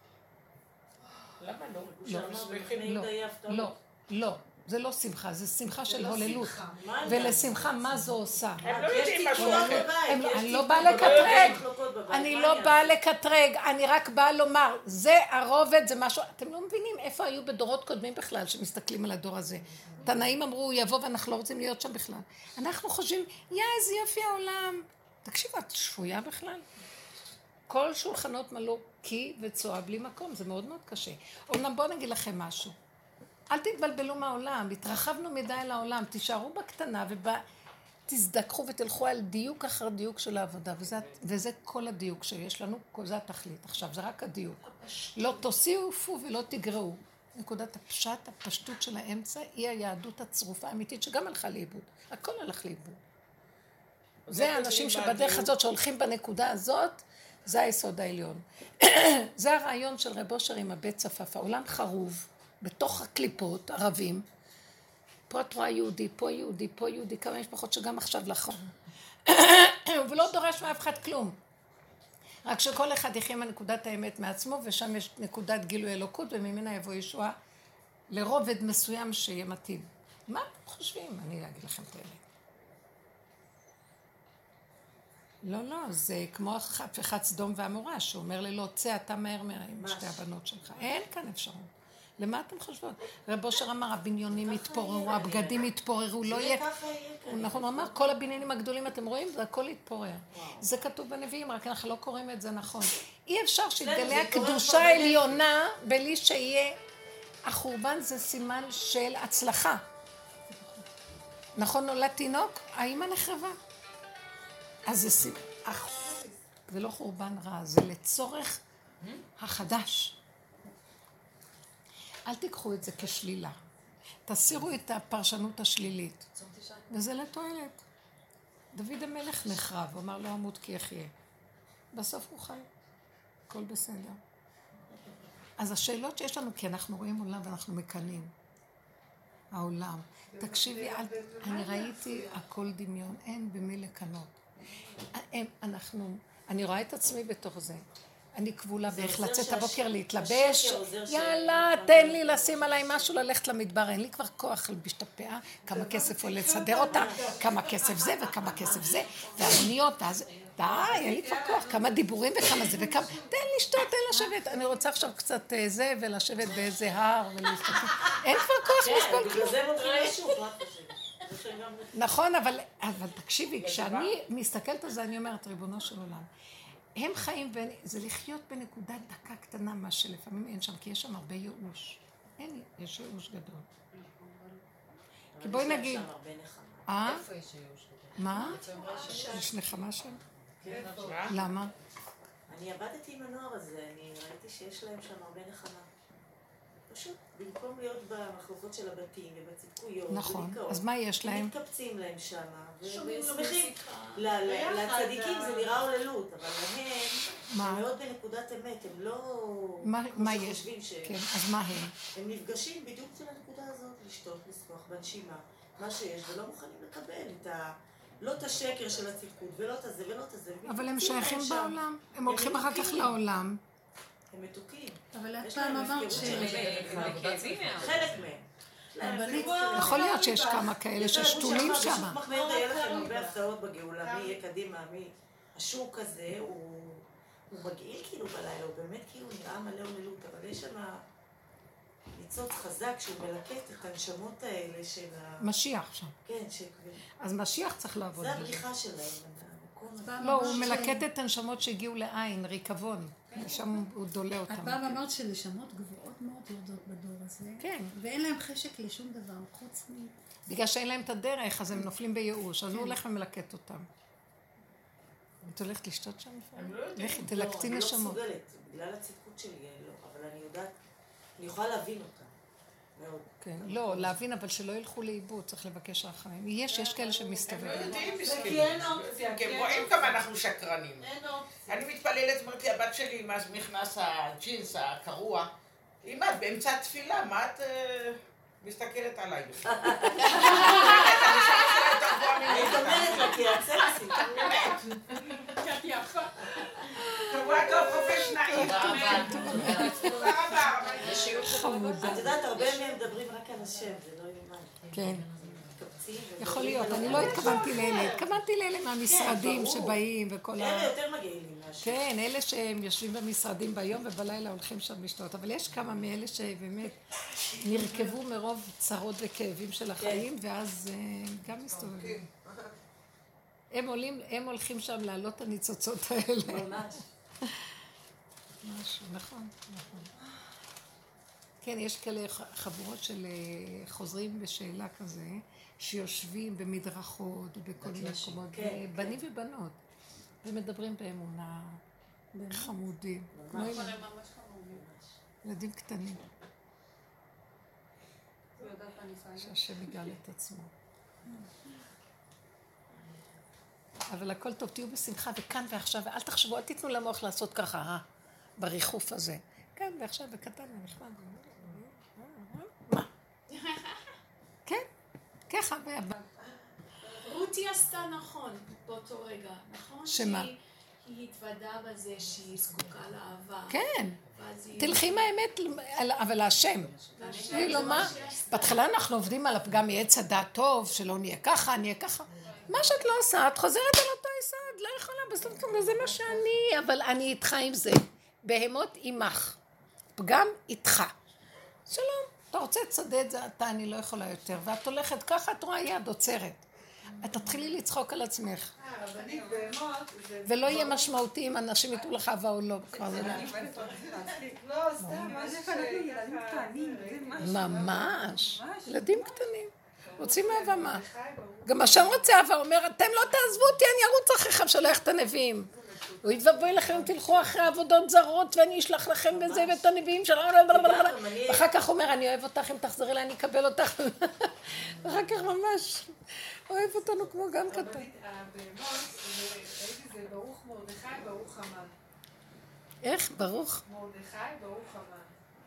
למה לא? לא, לא. זה לא שמחה, זה שמחה של הוללות. ולשמחה מה זו עושה? הם לא יודעים משהו אחר. אני לא באה לקטרג. אני לא באה לקטרג. אני רק באה לומר, זה הרובד, זה משהו. אתם לא מבינים איפה היו בדורות קודמים בכלל שמסתכלים על הדור הזה. תנאים אמרו, הוא יבוא ואנחנו לא רוצים להיות שם בכלל. אנחנו חושבים, איזה יופי העולם. תקשיב, את שפויה בכלל? כל שולחנות מלא קי וצועה בלי מקום, זה מאוד מאוד קשה. אומנם בואו נגיד לכם משהו. אל תתבלבלו מהעולם, התרחבנו מדי לעולם, תישארו בקטנה ותזדקחו ותלכו על דיוק אחר דיוק של העבודה, וזה כל הדיוק שיש לנו, זה התכלית. עכשיו, זה רק הדיוק. לא תוסיפו ולא תגרעו. נקודת הפשט, הפשטות של האמצע, היא היהדות הצרופה האמיתית שגם הלכה לאיבוד. הכל הלך לאיבוד. זה האנשים שבדרך הזאת שהולכים בנקודה הזאת, זה היסוד העליון. זה הרעיון של רב אושר עם הבית צפף, העולם חרוב. בתוך הקליפות, ערבים, פה את רואה יהודי, פה יהודי, פה יהודי, כמה משפחות שגם עכשיו לחום. ולא דורש מאף אחד כלום. רק שכל אחד יחיה מנקודת האמת מעצמו, ושם יש נקודת גילוי אלוקות, וממנה יבוא ישועה לרובד מסוים שיהיה מתאים. מה אתם חושבים? אני אגיד לכם את האמת. לא, לא, זה כמו הפיכת סדום ועמורה, שאומר ללא, צא אתה מהר עם שתי הבנות שלך. אין כאן אפשרות. למה אתם חושבות? רב אושר אמר, הבניונים התפוררו, הבגדים התפוררו, לא יהיה... נכון, הוא אמר, כל הבניינים הגדולים, אתם רואים? זה הכל התפורר. זה כתוב בנביאים, רק אנחנו לא קוראים את זה נכון. אי אפשר שיתגלה הקדושה העליונה, בלי שיהיה... החורבן זה סימן של הצלחה. נכון, נולד תינוק? האמא נחרבה. אז זה סימן... זה לא חורבן רע, זה לצורך החדש. אל תיקחו את זה כשלילה. תסירו את הפרשנות השלילית. וזה לתועלת. דוד המלך נחרב, הוא אמר לו אמות כי יחיה. בסוף הוא חי. הכל בסדר. אז השאלות שיש לנו, כי אנחנו רואים עולם ואנחנו מקנים. העולם. תקשיבי, אני ראיתי הכל דמיון, אין במי לקנות. אני רואה את עצמי בתוך זה. אני כבולה באיך לצאת הבוקר להתלבש, יאללה, תן לי לשים עליי משהו ללכת למדבר, אין לי כבר כוח ללביש את הפאה, כמה כסף עולה לסדר אותה, כמה כסף זה וכמה כסף זה, והמוניות, אז די, אין לי כבר כוח, כמה דיבורים וכמה זה וכמה, תן לי שטות, תן לשבת, אני רוצה עכשיו קצת זה ולשבת באיזה הר ולהסתכל, אין כבר כוח לסבול כלום. נכון, אבל תקשיבי, כשאני מסתכלת על זה, אני אומרת, ריבונו של עולם, הם חיים, זה לחיות בנקודת דקה קטנה, מה שלפעמים אין שם, כי יש שם הרבה ייאוש. אין, יש ייאוש גדול. כי בואי נגיד... איפה יש ייאוש גדול? מה? יש נחמה שם? למה? אני עבדתי עם הנוער הזה, אני ראיתי שיש להם שם הרבה נחמה. פשוט, במקום להיות במחלוקות של הבתים ובצדקויות, נכון, אז מה יש להם? מתקבצים להם שם, ושמחים. לצדיקים זה נראה הוללות, אבל להם, הם מאוד בנקודת אמת, הם לא... מה יש? כן, אז מה הם? הם נפגשים בדיוק של הנקודה הזאת, לשתות, לשמוח, בנשימה, מה שיש, ולא מוכנים לקבל את ה... לא את השקר של הצדקות, ולא את הזה, ולא את הזה. אבל הם שייכים בעולם, הם הולכים אחר כך לעולם. הם מתוקים. אבל את פעם אמרת חלק מהם. יכול להיות שיש כמה כאלה ששתולים שם. פשוט מחמיר את הילד לכם הרבה הפתעות בגאולה, מי יהיה קדימה, מי... השוק הזה הוא מגעיל כאילו בלילה, הוא באמת כאילו נראה מלא הוללות, אבל יש שם ניצוץ חזק שהוא מלקט את הנשמות האלה של ה... משיח שם. כן, אז משיח צריך לעבוד בזה. זה הבריחה שלהם. לא, הוא מלקט את הנשמות שהגיעו לעין, ריקבון. שם הוא דולה אותם. הפעם אמרת שנשמות גבוהות מאוד יורדות בדור הזה. כן. ואין להם חשק לשום דבר, חוץ מ... בגלל שאין להם את הדרך, אז הם נופלים בייאוש. אז הוא הולך ומלקט אותם. את הולכת לשתות שם? לכי, תלקטי נשמות. אני לא מסוגלת, בגלל הצדקות שלי, לא. אבל אני יודעת, אני יכולה להבין אותה. מאוד. כן, לא, להבין אבל שלא ילכו לאיבוד, צריך לבקש רחמים. יש כאלה שמסתובבים. הם יודעים כי מסכנים. אין אופציה. כי הם רואים כמה אנחנו שקרנים. אין אופציה. אני מתפללת, אמרתי לי, הבת שלי עם מכנס הג'ינס הקרוע, אמא, את באמצע התפילה, מה את מסתכלת עליי בכלל? היית אומרת לה, כי הצלסי. שבוע טוב, חופש נעים. תודה רבה. חמודה. את יודעת, הרבה מהם מדברים רק על השם, זה לא יאומן. כן. מתקבצים יכול להיות, אני לא התכוונתי לאלה, התכוונתי לאלה מהמשרדים שבאים וכל אלה יותר מגעילים מהשם. כן, אלה שהם יושבים במשרדים ביום ובלילה הולכים שם לשתות, אבל יש כמה מאלה שבאמת נרכבו מרוב צרות וכאבים של החיים, ואז גם מסתובבים. הם הולכים שם לעלות את הניצוצות האלה. ממש. משהו, נכון. כן, יש כאלה חבורות של חוזרים בשאלה כזה, שיושבים במדרכות ובכל מיני מקומות, בנים ובנות, ומדברים באמונה, חמודים, כמו ילדים קטנים. שהשם יגאל את עצמו. אבל הכל טוב, תהיו בשמחה וכאן ועכשיו, ואל תחשבו, אל תיתנו למוח לעשות ככה, בריחוף הזה. כאן ועכשיו וקטן ונחמד. מה? כן, ככה. רותי עשתה נכון באותו רגע, נכון? שמה? היא התוודה בזה שהיא זקוקה לאהבה. כן. תלכי מהאמת, אבל השם. לא מה? בהתחלה אנחנו עובדים על הפגם מעץ הדעת טוב, שלא נהיה ככה, נהיה ככה. מה שאת לא עושה, את חוזרת על אותו יסוד, לא יכולה, בסוף כמה זה מה שאני, אבל אני איתך עם זה. בהמות עמך. פגם איתך. שלום, אתה רוצה לצדד זה אתה, אני לא יכולה יותר. ואת הולכת ככה, את רואה יד, עוצרת. את תתחילי לצחוק על עצמך. רבנית בהמות זה... ולא יהיה משמעותי אם אנשים יתנו לך אהבה או לא. כבר זה לא. לא, סתם, מה זה ממש. ילדים קטנים. רוצים אהבה מה? גם השם רוצה אהבה, אומר, אתם לא תעזבו אותי, אני ארוץ אחריכם, שולח את הנביאים. הוא יתבואי לכם, תלכו אחרי עבודות זרות, ואני אשלח לכם בזה ואת הנביאים של... אחר כך הוא אומר, אני אוהב אותך, אם תחזרי לה, אני אקבל אותך. אחר כך ממש אוהב אותנו כמו גם קטן. הבהמות, ראיתי זה ברוך מרדכי, ברוך המן. איך? ברוך? מרדכי, ברוך המן.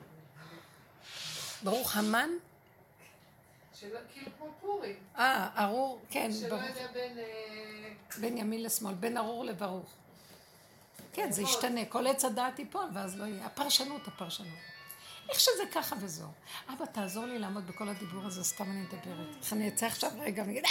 ברוך המן? כאילו כמו פורים. ארור, כן, שלא ברוך. יודע בין ימין לשמאל, בין ארור לברוך. כן, זה ישתנה, כל עץ הדעת ייפול, ואז לא יהיה. הפרשנות. איך שזה ככה וזו. אבא, תעזור לי לעמוד בכל הדיבור הזה, סתם אני מדברת. איך אני אצא עכשיו רגע ונגיד,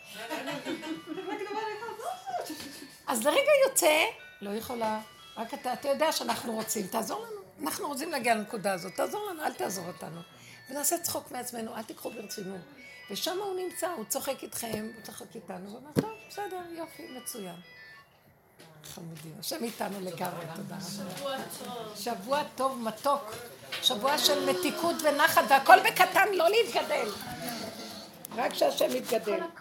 אז לרגע יוצא, לא יכולה, רק אתה יודע שאנחנו רוצים, תעזור לנו. אנחנו רוצים להגיע לנקודה הזאת, תעזור לנו, אל תעזור אותנו. ונעשה צחוק מעצמנו, אל תיקחו ברצינות. ושם הוא נמצא, הוא צוחק איתכם, הוא צוחק איתנו, ואומר, טוב, בסדר, יופי, מצוין. חמודים, השם איתנו לגמרי, תודה רבה. שבוע טוב, מתוק. שבוע של מתיקות ונחת, והכל בקטן, לא להתגדל. רק שהשם יתגדל.